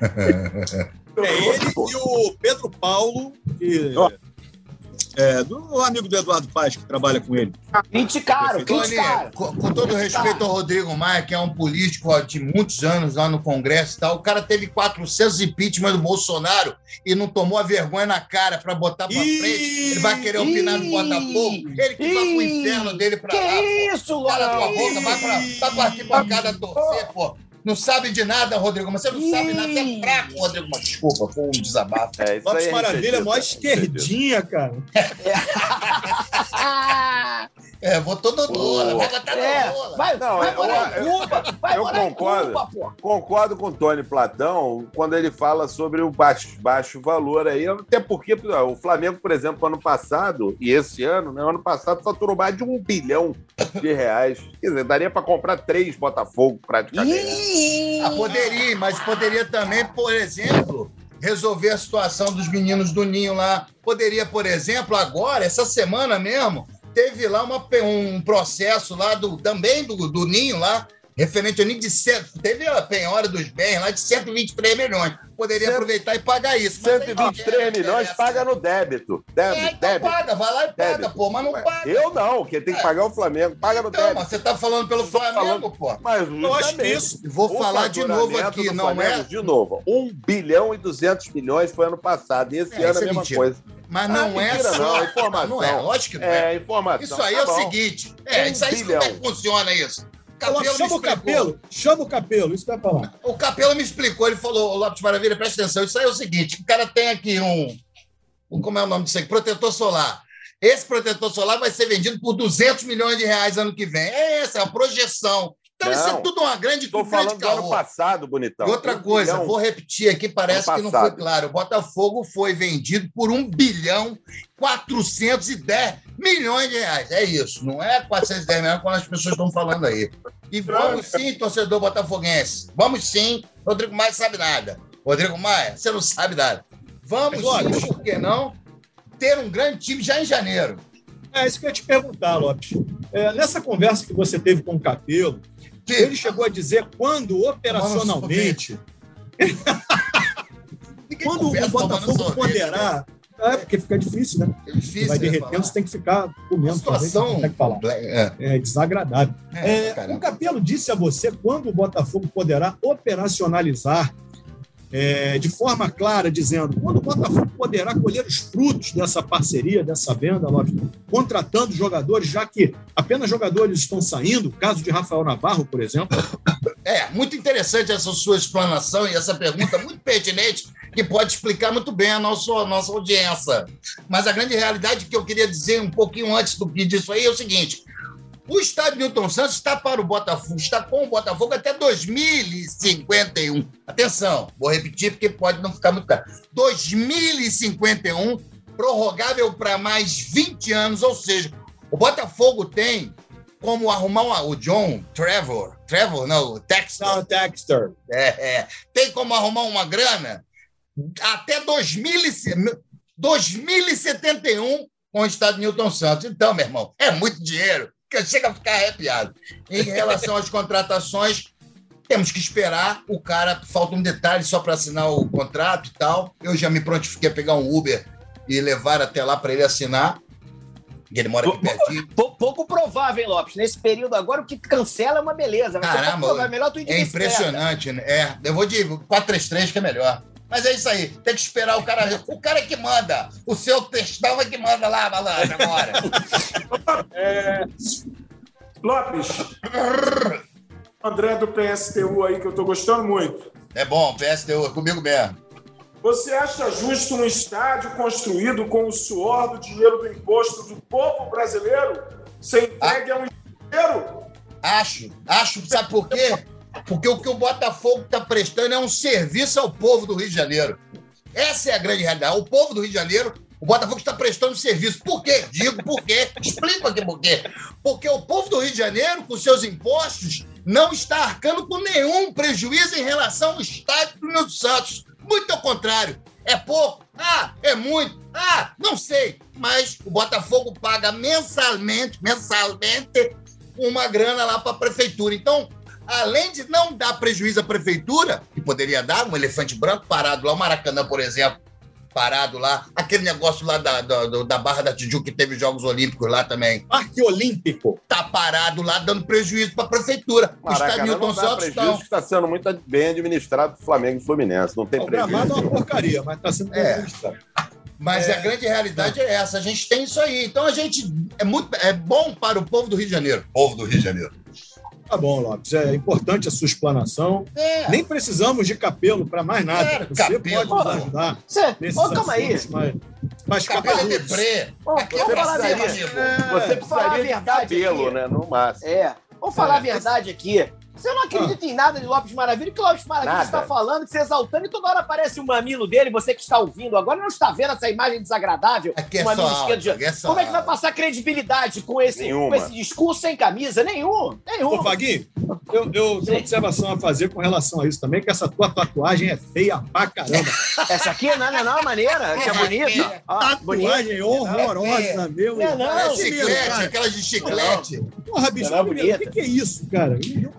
Ele e o Pedro Paulo, que... do amigo do Eduardo Paz, que trabalha com ele. Criticaram. Com todo respeito ao Rodrigo Maia, que é um político de muitos anos lá no Congresso e tal, o cara teve 400 impeachment do Bolsonaro e não tomou a vergonha na cara pra botar pra frente. Ele vai querer opinar no Botafogo. Ele que vai pro inferno dele pra lá. Que isso, Cala tua boca, vai pra arquibancada torcer, pô. Não sabe de nada, Rodrigo, mas você não sabe nada, é fraco, Rodrigo. Mas desculpa, foi um desabafo. Lopes Maravilha é mó esquerdinha, cara. Votou no Lula, vai botar no Lula. Vai morar em Cuba, concordo com o Tony Platão quando ele fala sobre o baixo valor aí, até porque o Flamengo, por exemplo, ano passado, e esse ano, né, ano passado faturou mais de 1 bilhão de reais. Quer dizer, daria para comprar 3 Botafogo praticamente. Poderia, mas poderia também, por exemplo, resolver a situação dos meninos do Ninho lá. Poderia, por exemplo, agora, essa semana mesmo, teve lá um processo lá também do Ninho lá, referente ao Ninho teve a penhora dos bens lá de 123 milhões. Poderia aproveitar e pagar isso. 123 milhões paga no débito. Então paga, vai lá e paga, pô, mas não paga. Eu não, quem tem que pagar é o Flamengo. Paga no débito. Mas você tá falando pelo Flamengo, pô. Mas eu acho que isso. Vou falar de novo aqui, não Flamengo, de novo, 1 bilhão e 200 milhões foi ano passado. E esse ano é a mesma coisa. Mas não é só. Não, informação. Não é, lógico que não é. Informação. Isso aí é o seguinte. Isso aí como é que funciona isso? Chama o Capelo, isso que vai falar. O Capelo me explicou, ele falou, Lopes Maravilha, presta atenção, isso aí é o seguinte, o cara tem aqui como é o nome disso aqui? Protetor solar. Esse protetor solar vai ser vendido por 200 milhões de reais ano que vem. É a projeção. Então isso é tudo uma grande caô. Estou falando do ano passado, bonitão. E outra coisa, vou repetir aqui, parece que não foi claro. O Botafogo foi vendido por 1 bilhão 410 milhões de reais. É isso, não é 410 milhões como as pessoas estão falando aí. E vamos sim, torcedor botafoguense. Vamos sim. Rodrigo Maia sabe nada. Rodrigo Maia, você não sabe nada. Vamos sim, por que não, ter um grande time já em janeiro. É isso que eu ia te perguntar, Lopes. Nessa conversa que você teve com o Capelo, ele chegou a dizer quando operacionalmente... quando o Botafogo ponderar... porque fica difícil, né? É difícil. Vai derretendo, você tem que ficar comendo. Situação é desagradável. O Capelo disse a você quando o Botafogo poderá operacionalizar de forma clara, dizendo quando o Botafogo poderá colher os frutos dessa parceria, dessa venda, Lopes, contratando jogadores, já que apenas jogadores estão saindo, caso de Rafael Navarro, por exemplo. Muito interessante essa sua explanação e essa pergunta muito pertinente, que pode explicar muito bem a nossa audiência. Mas a grande realidade que eu queria dizer um pouquinho antes disso aí é o seguinte: o estádio Newton Santos está com o Botafogo até 2051. Atenção, vou repetir porque pode não ficar muito claro. 2051, prorrogável para mais 20 anos, ou seja, o Botafogo tem como arrumar o Textor. Tem como arrumar uma grana até 2071 com o estádio Newton Santos. Então, meu irmão, é muito dinheiro, que chega a ficar arrepiado. Em relação às contratações, temos que esperar. O cara, falta um detalhe só para assinar o contrato e tal. Eu já me prontifiquei a pegar um Uber e levar até lá para ele assinar. Ele mora aqui pertinho. Pouco provável, hein, Lopes? Nesse período agora, o que cancela é uma beleza. Caramba, é melhor tu ir de impressionante, né? Eu vou de 4-3-3, que é melhor. Mas é isso aí, tem que esperar o cara que manda. O seu textão é que manda lá, malandro, agora. Lopes, André do PSTU aí, que eu tô gostando muito. É bom, PSTU, é comigo mesmo. Você acha justo um estádio construído com o suor do dinheiro do imposto do povo brasileiro ser entregue a um engenheiro? Acho, sabe por quê? Porque o que o Botafogo está prestando é um serviço ao povo do Rio de Janeiro. Essa é a grande realidade. O povo do Rio de Janeiro, o Botafogo está prestando serviço. Por quê? Digo por quê. Explico aqui por quê. Porque o povo do Rio de Janeiro, com seus impostos, não está arcando com nenhum prejuízo em relação ao estádio do Newton Santos. Muito ao contrário. É pouco? É muito? Não sei. Mas o Botafogo paga mensalmente uma grana lá para a prefeitura. Então, além de não dar prejuízo à prefeitura, que poderia dar, um elefante branco parado lá, o Maracanã, por exemplo, parado lá, aquele negócio lá da Barra da Tijuca, que teve Jogos Olímpicos lá também. Parque Olímpico. Tá parado lá, dando prejuízo para a prefeitura. O estádio Newton Santos que está sendo muito bem administrado do Flamengo e Fluminense. Não tem prejuízo. O gramado é uma porcaria, mas está sendo bem administrado. Mas a grande realidade é essa. A gente tem isso aí. Então, é bom para o povo do Rio de Janeiro. Povo do Rio de Janeiro. Tá bom, Lopes. É importante a sua explanação. Nem precisamos de Capelo para mais nada. Você Capelo, pode nos ajudar. Calma aí. Mas Capelo é deprê. Você precisaria de cabelo, né? No máximo. Vamos falar a verdade aqui. Você não acredita em nada de Lopes Maravilha, que o Lopes Maravilha está falando, que você exaltando, e toda hora aparece o mamilo dele, você que está ouvindo agora não está vendo essa imagem desagradável. Aqui é mamilo só esquerdo. Como é que vai passar credibilidade com esse discurso sem camisa? Nenhum. Ô, Vaguinho, eu tenho uma observação a fazer com relação a isso também, que essa tua tatuagem é feia pra caramba. Essa aqui não é maneira, que é bonita. Tatuagem horrorosa, meu. Não, chiclete, aquela de chiclete. Porra, bicho, o que é isso, cara?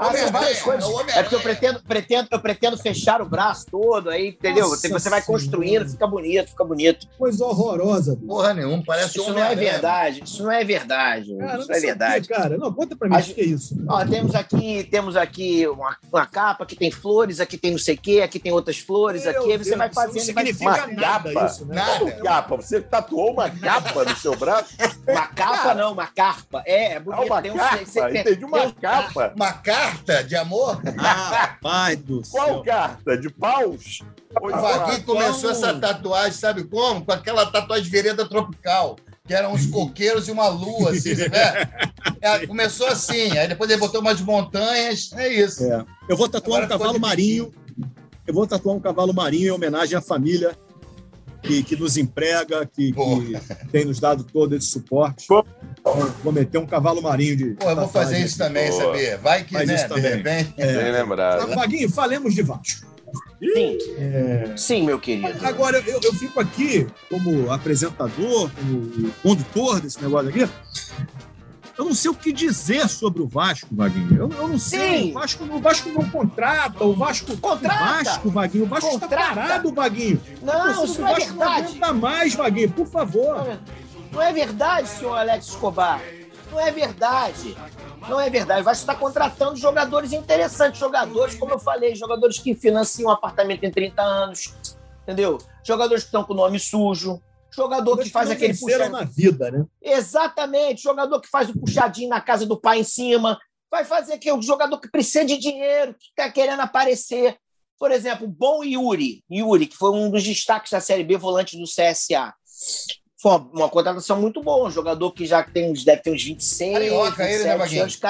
É porque eu pretendo fechar o braço todo, aí, entendeu? Nossa, você vai construindo, fica bonito. Coisa horrorosa. Porra nenhuma, parece isso não é verdade. Isso não é verdade. Cara, isso não é verdade. Cara, não, conta pra mim o que é isso. Ó, temos aqui uma capa, aqui tem flores, aqui tem não sei o quê, aqui tem outras flores, aqui aí você vai fazendo. Não significa nada isso, né? Nada. Capa. Você tatuou uma capa no seu braço? Uma capa não, uma carpa. É bonito. Uma carpa, entendi, uma capa. Uma carta de amor? Rapaz do céu. Qual carta? De paus? O Vaguinho começou essa tatuagem, sabe como? Com aquela tatuagem vereda tropical, que eram uns coqueiros e uma lua, assim, sabe? Começou assim, aí depois ele botou umas montanhas, é isso. É. Eu vou tatuar um cavalo marinho. Eu vou tatuar um cavalo marinho em homenagem à família que nos emprega, que tem nos dado todo esse suporte. Vou meter um cavalo marinho de. Eu vou fazer isso também, sabia? Vai que, faz né? Isso também. Bem lembrado. Vaguinho, falemos de Vasco. Sim. Sim, meu querido. Agora, eu fico aqui como apresentador, como condutor desse negócio aqui. Eu não sei o que dizer sobre o Vasco, Vaguinho. Eu não sei. O Vasco não contrata. O Vasco contrata. Vaguinho. O Vasco está parado, Vaguinho. Não, isso não é verdade. Não aguenta mais, Vaguinho, por favor. Não é verdade, senhor Alex Escobar. Não é verdade. Não é verdade. O Vasco está contratando jogadores interessantes. Jogadores, como eu falei, jogadores que financiam um apartamento em 30 anos. Entendeu? Jogadores que estão com o nome sujo. Jogador que faz aquele puxadinho na vida, né? Exatamente. Jogador que faz o puxadinho na casa do pai em cima. Vai fazer que o jogador que precisa de dinheiro, que está querendo aparecer. Por exemplo, bom Yuri, que foi um dos destaques da Série B, volante do CSA. Foi uma contratação muito boa. Um jogador que já deve ter uns 26, Carioca, 27 ele, né, Vaguinho? anos.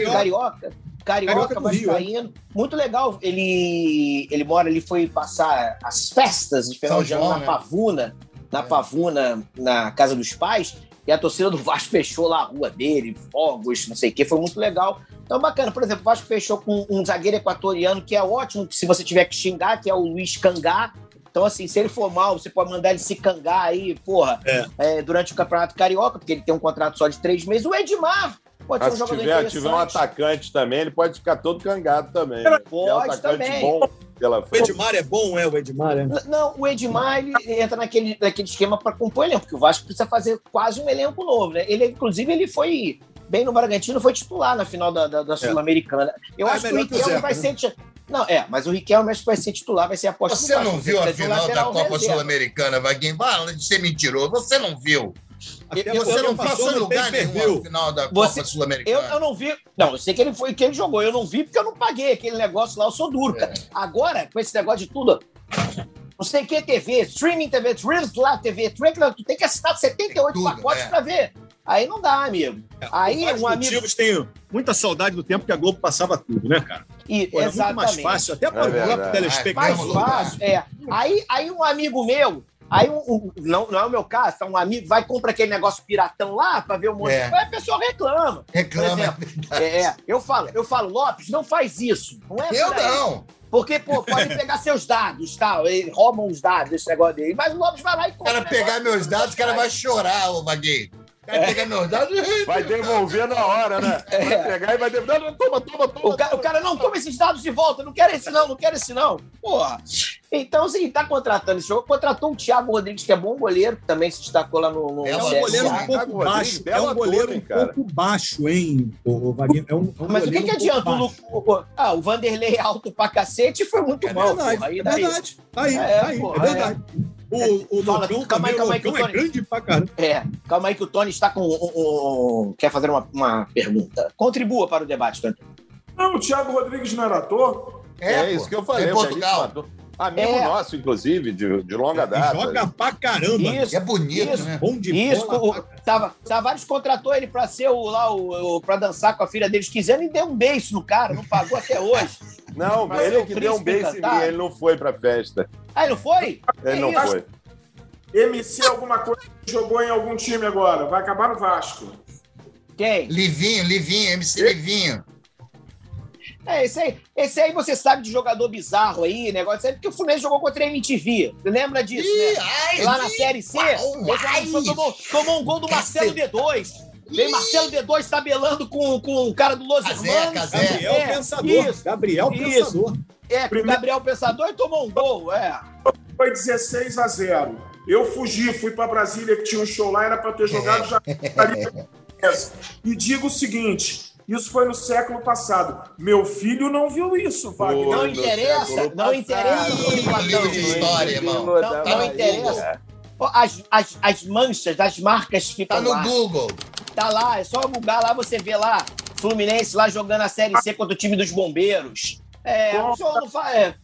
Carioca vascaíno. Muito legal. Ele mora ali, foi passar as festas de final de ano na Pavuna. Na Pavuna, na casa dos pais, e a torcida do Vasco fechou lá a rua dele, fogos, não sei o quê, foi muito legal. Então, bacana. Por exemplo, o Vasco fechou com um zagueiro equatoriano, que é ótimo, se você tiver que xingar, que é o Luiz Cangá. Então, assim, se ele for mal, você pode mandar ele se cangar aí, durante o Campeonato Carioca, porque ele tem um contrato só de 3 meses. O Edmar pode ser um jogador interessante. Se tiver um atacante também, ele pode ficar todo cangado também. Pode também. Bom. O Edmar é bom, o Edmar é? Não, o Edmar ele entra naquele esquema para compor elenco, porque o Vasco precisa fazer quase um elenco novo, né? Inclusive, ele foi bem no Bragantino, foi titular na final da Sul-Americana. Eu acho que o Riquelme vai ser... Não, mas o Riquelme acho que vai ser titular, vai ser aposta. Você não viu a final da Copa Sul-Americana, Vaguinho? Fala de ser mentiroso. Você não viu? Você não passou em lugar nenhum no final da Copa Sul-Americana. Eu não vi. Não, eu sei que ele jogou. Eu não vi porque eu não paguei aquele negócio lá. Eu sou duro, cara. Agora, com esse negócio de tudo, não sei o que TV, streaming TV, Reels lá TV, tu tem que assinar 78 pacotes pra ver. Aí não dá, amigo. Aí um amigo... tem muita saudade do tempo que a Globo passava tudo, né, cara? Exatamente. É muito mais fácil, até para o próprio telespectador. Mais fácil, Aí um amigo meu, não é o meu caso, um amigo vai e compra aquele negócio piratão lá para ver um monte de coisa, a pessoa reclama. Reclama. Por exemplo, eu falo, Lopes, não faz isso. Não é eu não. Porque, podem pegar seus dados, tal. Eles roubam os dados desse negócio dele. Mas o Lopes vai lá e compra. O cara pegar meus dados, o cara vai chorar, ô Vaguinho. O cara pegar meus dados... Vai devolver na hora, né? Vai pegar e vai devolver. Não, toma. O cara não toma esses dados de volta. Não quero esse não. Porra. Então, assim, tá contratando esse jogo. Contratou o Thiago Rodrigues, que é bom goleiro, que também se destacou lá no É um goleiro um pouco baixo. É um goleiro um pouco baixo, hein, o Vaguinho? Mas o que adianta o Vanderlei alto pra cacete foi muito mal. É verdade. É verdade. O Locão também, o Locão é grande pra caramba. Calma aí que o Tony está com... Quer fazer uma pergunta. Contribua para o debate, Tony. Não, o Thiago Rodrigues não era ator? É isso que eu falei. Em Portugal. Amigo nosso, inclusive, de longa data. Joga pra caramba. Isso, É bonito, isso. né? Bom de Isso, bola. Tavares contratou ele pra ser pra dançar com a filha deles 15 anos e deu um beijo no cara, não pagou até hoje. Não, Mas ele é o que deu um príncipe beijo em mim, encantado. ele não foi pra festa. Ah, ele não foi? Ele não isso? foi. MC alguma coisa jogou em algum time agora. Vai acabar no Vasco. Quem? Livinho, MC Livinho. Esse aí você sabe de jogador bizarro aí, negócio aí, porque o Fluminense jogou contra a MTV. Lembra disso, né? Lá na Série C, tomou um gol do Marcelo D2. Vem Marcelo D2 tabelando com o cara do Los Hermanos. Gabriel Pensador. Isso. Gabriel Pensador. Com o Gabriel Pensador e tomou um gol, Foi 16-0. Eu fugi, fui pra Brasília, que tinha um show lá, era pra ter jogado já. E digo o seguinte... Isso foi no século passado. Meu filho não viu isso, Wagner. Não interessa, não interessa. Livro de história, irmão. Não interessa. As manchas, as marcas ficam Tá no lá. Google. Tá lá, é só bugar lá, você vê lá. Fluminense lá jogando a Série C contra o time dos bombeiros. O senhor não faz...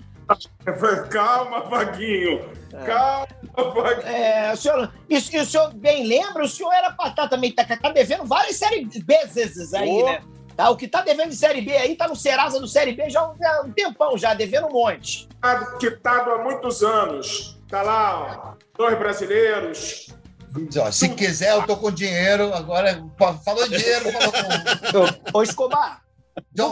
Calma, Vaguinho. Calma, Vaguinho. O senhor bem lembra, o senhor era pra estar também, tá devendo várias Série B aí, né? Tá, o que tá devendo de Série B aí, tá no Serasa do Série B já há um tempão, já devendo um monte. Quitado há muitos anos. Tá lá, ó, 2 brasileiros. Se quiser, eu tô com dinheiro. Agora, falou dinheiro, falou com... Ô, Escobar, Então,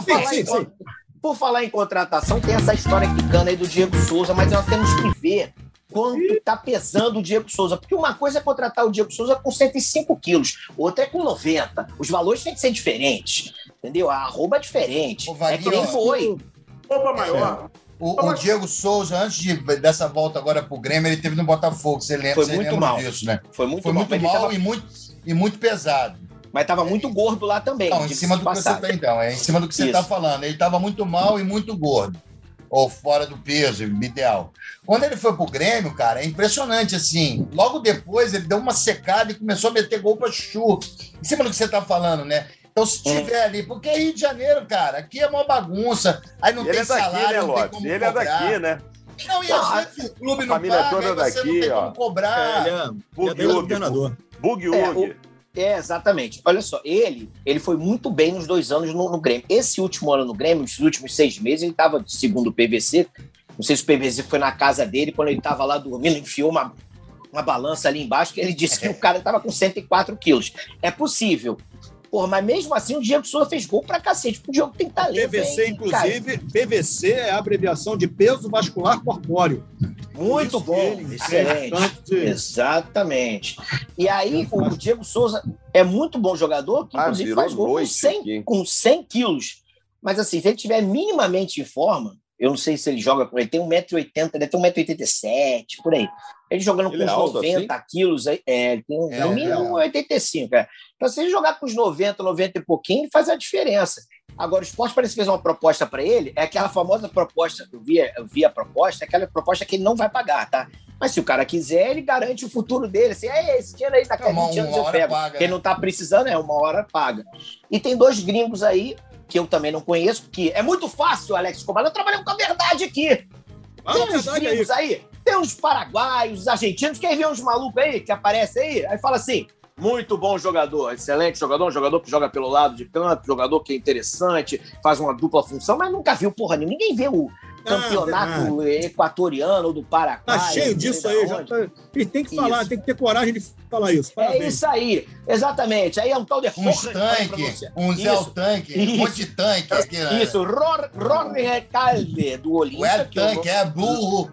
por falar em contratação, tem essa história quicando aí do Diego Souza, mas nós temos que ver quanto tá pesando o Diego Souza. Porque uma coisa é contratar o Diego Souza com 105 quilos, outra é com 90. Os valores têm que ser diferentes, entendeu? A arroba é diferente. É que nem foi. Roupa maior. O Diego Souza, antes dessa volta agora pro Grêmio, ele teve no Botafogo, você lembra? Foi muito mal disso, né? Foi muito mal e muito pesado. Mas estava muito gordo lá também. Não, em cima do que você tá, então. É em cima do que você está falando. Ele estava muito mal e muito gordo. Ou fora do peso, ideal. Quando ele foi pro Grêmio, cara, é impressionante, assim. Logo depois, ele deu uma secada e começou a meter gol pra chuchu. Em cima do que você tá falando, né? Então, se tiver ali... Porque é Rio de Janeiro, cara. Aqui é uma bagunça. Aí não tem salário, não tem como ele cobrar. É daqui, né? Não, e às vezes o clube não família paga, toda aí você daqui, não tem ó. como cobrar. Ele é governador. Bug. Exatamente. Olha só, ele foi muito bem nos 2 anos no Grêmio. Esse último ano no Grêmio, nos últimos 6 meses, ele estava, segundo o PVC, não sei se o PVC foi na casa dele, quando ele estava lá dormindo, enfiou uma balança ali embaixo, que ele disse que o cara estava com 104 quilos. É possível. Porra, mas mesmo assim o Diego Souza fez gol pra cacete, porque o Diego tem talento. PVC, inclusive, PVC é a abreviação de peso vascular corpóreo. Muito bom, excelente. Exatamente. E aí, o Diego Souza é muito bom jogador, que inclusive faz gol com 100 quilos. Mas assim, se ele estiver minimamente em forma, eu não sei se ele joga com ele, tem 1,80m, deve ter 1,87m, por aí. Ele jogando com uns 90 assim? Quilos, tem no mínimo 1,85m, cara. Então, se ele jogar com uns 90 e pouquinho, ele faz a diferença. Agora, o Sport parece que fez uma proposta para ele, é aquela famosa proposta, eu vi a proposta, é aquela proposta que ele não vai pagar, tá? Mas se o cara quiser, ele garante o futuro dele. Assim, esse dinheiro aí daqui a 20 anos eu pego. Paga, quem não tá precisando, uma hora paga. E tem 2 gringos aí, que eu também não conheço, porque é muito fácil, Alex Escobar, eu trabalho com a verdade aqui. Tem uns gringos aí, tem uns paraguaios, uns argentinos, quem vê uns malucos aí que aparece aí fala assim, muito bom jogador, excelente jogador, um jogador que joga pelo lado de campo, jogador que é interessante, faz uma dupla função, mas nunca viu porra nenhuma, ninguém vê o campeonato equatoriano do Paraguai. Tá cheio disso aí, já tá... E tem que falar, tem que ter coragem de falar isso. Parabéns. É isso aí, exatamente. Aí é um tal de tanque, um Zé Tanque, um monte de tanque. Isso, Rory Recalde, do Olímpia. Tanque, burro,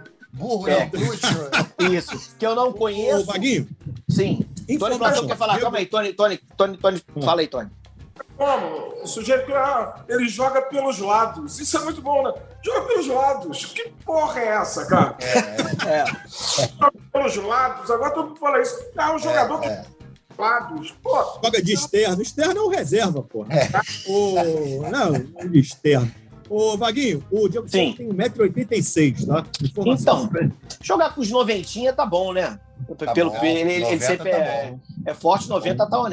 bruxo. Isso, que eu não conheço. Ô, Vaguinho. Sim. Tony Platão quer falar. Calma aí, Tony. Fala aí, Tony. Como? O sujeito, ele joga pelos lados. Isso é muito bom, né? Joga pelos lados. Que porra é essa, cara? Joga pelos lados. Agora todo mundo fala isso. O jogador que... lados. Pô. Joga de externo. Externo é o reserva, porra. Não, de externo. Ô, Vaguinho, o Diego Souza tem 1,86m, tá? Então, jogar com os 90 tá bom, né? Ele sempre é forte, 90 tá honesto.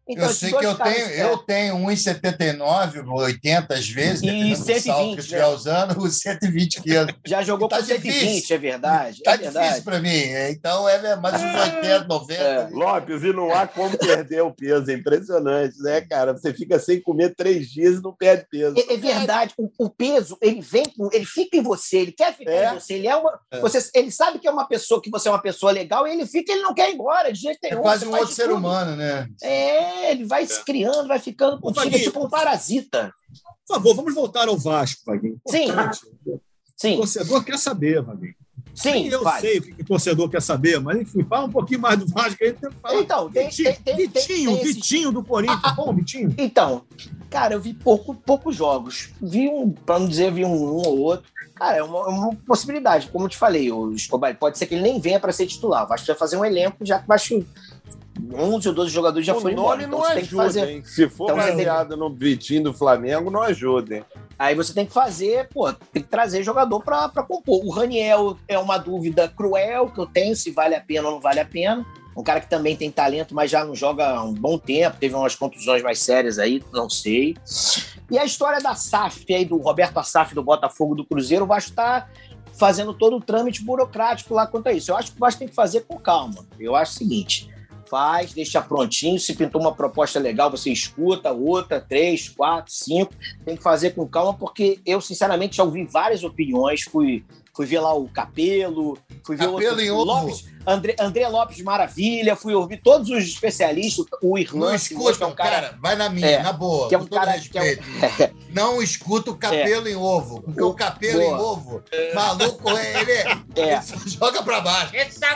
Então, eu sei que eu tenho 1,79, 80 às vezes, e 120, salto que eu estiver usando, os 120 quilos. Já jogou tá com 120, difícil. é verdade. Tá é verdade. difícil para mim. Então é mais uns 80, 90. Lopes, e não há como perder o peso. É impressionante, né, cara? Você fica sem comer 3 dias e não perde peso. É verdade. O peso, ele fica em você, ele quer ficar em você. Ele sabe que é uma pessoa, que você é uma pessoa legal, e ele não quer ir embora, de jeito nenhum. É quase um outro ser humano, né? Ele vai se criando, vai ficando contigo, é tipo um parasita. Por favor, vamos voltar ao Vasco, Vaguinho. Sim. O torcedor quer saber, Vaguinho. Sim, eu sei o que o torcedor quer saber, mas enfim, fala um pouquinho mais do Vasco aí. Então, Vitinho do Corinthians. Bom, Vitinho. Então, cara, eu vi poucos jogos. Para não dizer, vi um ou outro. Cara, é uma possibilidade. Como eu te falei, o Escobar, pode ser que ele nem venha para ser titular. O Vasco vai fazer um elenco, já que o Vasco 11 ou 12 jogadores já foram embora. Então não ajuda, hein? Se for baseado no Vitinho do Flamengo, não ajuda, hein? Aí você tem que fazer, tem que trazer jogador para compor. O Raniel é uma dúvida cruel que eu tenho, se vale a pena ou não vale a pena. Um cara que também tem talento, mas já não joga há um bom tempo, teve umas contusões mais sérias aí, não sei. E a história da SAF aí, do Roberto Assaf, do Botafogo, do Cruzeiro, o Vasco está fazendo todo o trâmite burocrático lá quanto a isso. Eu acho que o Vasco tem que fazer com calma. Eu acho o seguinte: deixa prontinho, se pintou uma proposta legal, você escuta, outra, 3, 4, 5, tem que fazer com calma, porque eu, sinceramente, já ouvi várias opiniões, fui ver lá o Capelo, fui ver o Lopes, André Lopes Maravilha, fui ouvir todos os especialistas, o Irlan. Não escuta, que é um cara, vai na minha, na boa, que é um cara respeito. Não escuta o Capelo em ovo, porque o Capelo em ovo, maluco, ele só joga pra baixo.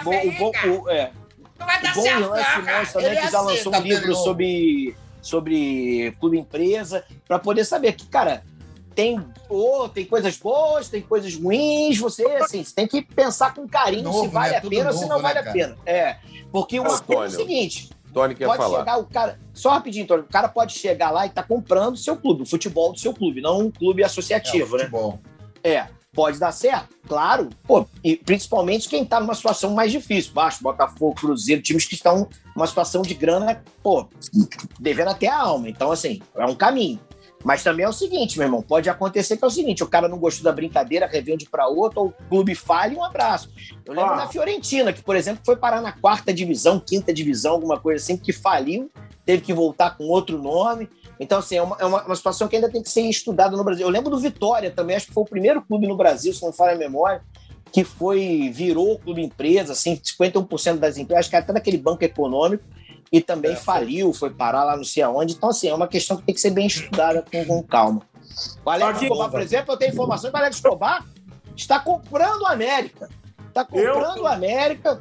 O bom Irlan Simões também, que já lançou um livro sobre clube empresa, para poder saber que, cara, tem coisas boas, tem coisas ruins, você tem que pensar com carinho se vale a pena ou se não vale a pena. Porque uma coisa é o seguinte: Tony quer falar. Chegar o cara, só rapidinho, Tony, o cara pode chegar lá e tá comprando o seu clube, o futebol do seu clube, não um clube associativo, né? Pode dar certo? Claro. E principalmente quem tá numa situação mais difícil. Vasco, Botafogo, Cruzeiro, times que estão numa situação de grana, devendo até a alma. Então, assim, é um caminho. Mas também é o seguinte, meu irmão, pode acontecer que é o seguinte: o cara não gostou da brincadeira, revende para outro, ou o clube falha e um abraço. Eu lembro da Fiorentina, que, por exemplo, foi parar na 4ª divisão, 5ª divisão, alguma coisa assim, que faliu, teve que voltar com outro nome. Então, assim, é uma situação que ainda tem que ser estudada no Brasil. Eu lembro do Vitória também, acho que foi o primeiro clube no Brasil, se não falha a memória, que virou clube empresa, assim, 51% das empresas, acho que até naquele banco econômico, e também faliu, foi parar lá não sei aonde. Então, assim, é uma questão que tem que ser bem estudada com calma. O Alex Escobar, por exemplo, eu tenho informação que o Alex Escobar está comprando o América. O América.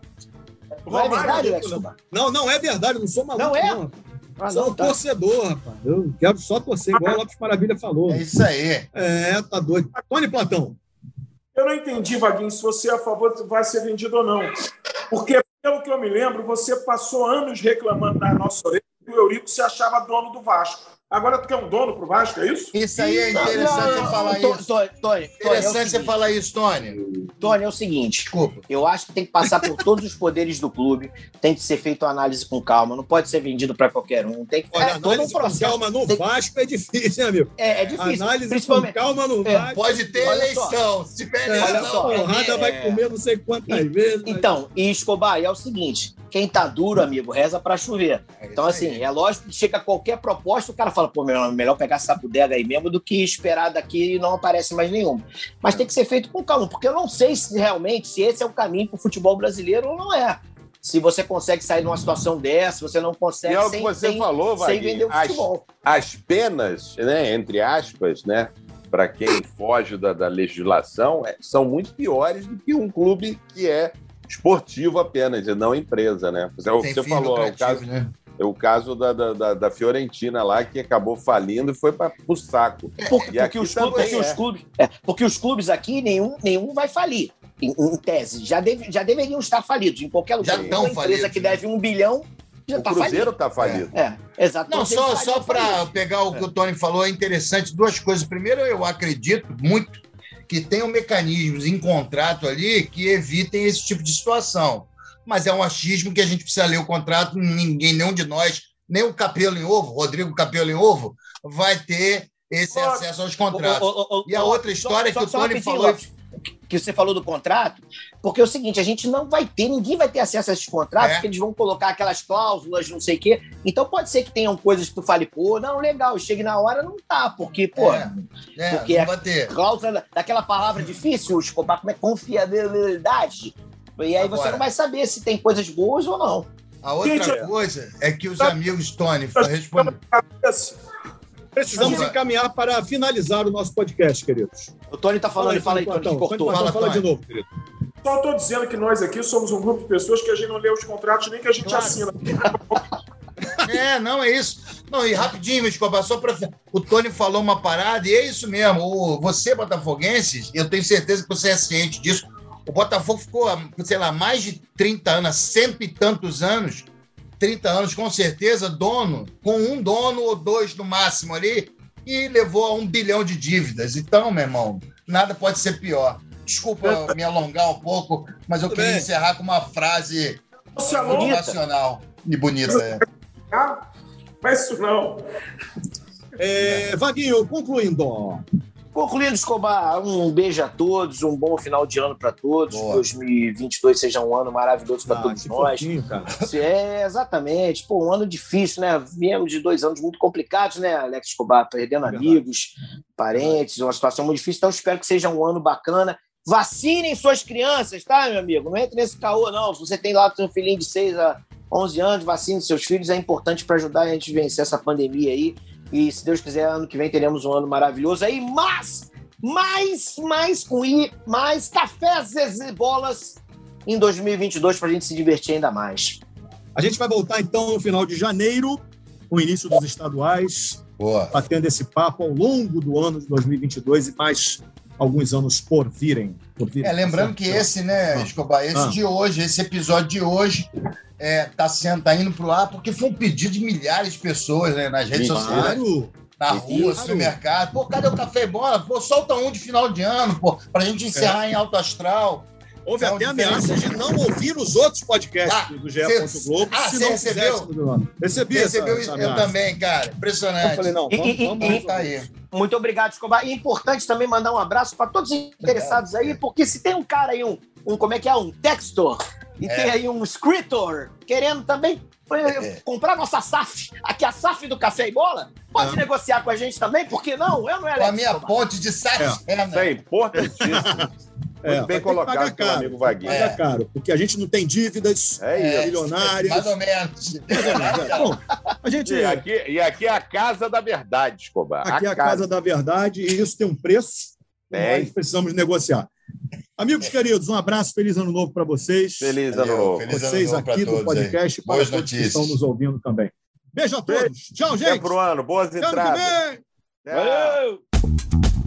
Não é verdade, Alex Escobar? Não é verdade, eu não sou maluco. Não é? Não. Sou torcedor, rapaz. Eu quero só torcer, igual o Lopes Maravilha falou. É isso aí. Tá doido. Tony Platão. Eu não entendi, Vaguinho, se você é a favor vai ser vendido ou não. Porque, pelo que eu me lembro, você passou anos reclamando da nossa orelha que o Eurico se achava dono do Vasco. Agora tu quer um dono pro Vasco, é isso? Isso aí é interessante você falar isso. Tony, interessante você falar isso, Tony. Tony, é o seguinte. Desculpa. Eu acho que tem que passar por todos os poderes do clube, tem que ser feito uma análise com calma, não pode ser vendido para qualquer um. Tem que todo um processo. Com calma no Vasco é difícil, né, amigo? É difícil. Análise com calma no Vasco. Pode ter eleição. Se tiver eleição, a porrada vai comer não sei quantas vezes. Então, e Escobar, é o seguinte: quem tá duro, amigo, reza para chover. Então, assim, é lógico que chega qualquer proposta, o cara fala, melhor pegar essa bodega aí mesmo do que esperar daqui e não aparece mais nenhum. Mas tem que ser feito com calma, porque eu não sei se realmente esse é o caminho para o futebol brasileiro ou não é. Se você consegue sair de uma situação dessa, você não consegue sem vender o futebol. As penas, né, entre aspas, né, para quem foge da legislação, são muito piores do que um clube que é esportivo apenas, e não empresa, né? Você falou, é o caso da Fiorentina lá, que acabou falindo e foi para o saco. Porque os clubes aqui, nenhum vai falir, em tese. Já deveriam estar falidos. Em qualquer lugar, uma empresa que deve 1 bilhão, já está falido. O Cruzeiro está falido. Exatamente. Não, só para pegar o que o Tony falou, é interessante duas coisas. Primeiro, eu acredito muito que tenham mecanismos em contrato ali que evitem esse tipo de situação. Mas é um achismo que a gente precisa ler o contrato, nenhum de nós nem o Capelo em Ovo, Rodrigo Capelo em Ovo, vai ter esse acesso aos contratos. E a outra história que o Tony falou... Que você falou do contrato, porque é o seguinte, a gente não vai ter, ninguém vai ter acesso a esses contratos, porque eles vão colocar aquelas cláusulas, não sei o quê. Então pode ser que tenham coisas que tu fale, pô, não, legal, chegue na hora, não tá, porque, pô... porque não vai ter. Cláusula daquela palavra difícil, Escobar, como é confiabilidade. E aí você não vai saber se tem coisas boas ou não. A outra coisa é que os amigos, Tony, respondem... Precisamos encaminhar para finalizar o nosso podcast, queridos. O Tony tá falando, fala aí, Tony, cortou. Fala de novo, querido. Só estou dizendo que nós aqui somos um grupo de pessoas que a gente não lê os contratos nem que a gente assina. Não é isso. Não, e rapidinho, Escobar, só para... O Tony falou uma parada e é isso mesmo. Você, botafoguenses, eu tenho certeza que você é ciente disso, o Botafogo ficou, sei lá, mais de 30 anos, 100 e tantos anos, 30 anos, com certeza, com um dono ou dois no máximo ali, e levou a 1 bilhão de dívidas. Então, meu irmão, nada pode ser pior. Desculpa me alongar um pouco, mas eu queria encerrar com uma frase motivacional e bonita. Mas isso não. Vaguinho, concluindo, Escobar, um beijo a todos, um bom final de ano para todos. Boa. 2022 seja um ano maravilhoso para todos nós. Cara. Exatamente. Pô, um ano difícil, né? Viemos de 2 anos muito complicados, né, Alex Escobar? Perdendo amigos, parentes, uma situação muito difícil. Então, espero que seja um ano bacana. Vacinem suas crianças, tá, meu amigo? Não entre nesse caô, não. Se você tem lá seu filhinho de 6 a 11 anos, vacine seus filhos. É importante para ajudar a gente a vencer essa pandemia aí. E, se Deus quiser, ano que vem teremos um ano maravilhoso aí. Mas, mais cafés e bolas em 2022 para a gente se divertir ainda mais. A gente vai voltar, então, no final de janeiro, com o início dos estaduais, batendo esse papo ao longo do ano de 2022 e mais alguns anos por virem. Lembrando que esse, né, Escobar, de hoje, esse episódio de hoje tá indo pro ar porque foi um pedido de milhares de pessoas, né, nas redes sociais, na rua, no supermercado. Pô, cadê o Café e Bola? Pô, solta um de final de ano, pô, pra gente encerrar em alto astral. Houve até ameaças de não ouvir os outros podcasts do GE. Globo. Se não recebeu? Recebi eu também, cara. Impressionante. Eu falei, não, vamos tá aí. Muito obrigado, Escobar. E é importante também mandar um abraço para todos os interessados aí, porque se tem um cara aí, um textor, e tem aí um escritor querendo também comprar nossa SAF, aqui a SAF do Café e Bola, pode negociar com a gente também, por que não? Eu não é com a minha ponte de SAF. Isso é importantíssimo. Muito bem colocado pelo amigo Vaguinho. Paga caro, porque a gente não tem dívidas milionárias. Mais ou menos. Bom, a gente... E aqui é a casa da verdade, Escobar. Aqui é a casa da verdade e isso tem um preço. Nós precisamos negociar. Amigos queridos, um abraço, feliz ano novo para vocês. Feliz ano novo. Vocês aqui do podcast, para todos que estão nos ouvindo também. Beijo a todos. Tchau, gente. Até pro ano. Boas entradas. Ano que vem. Valeu!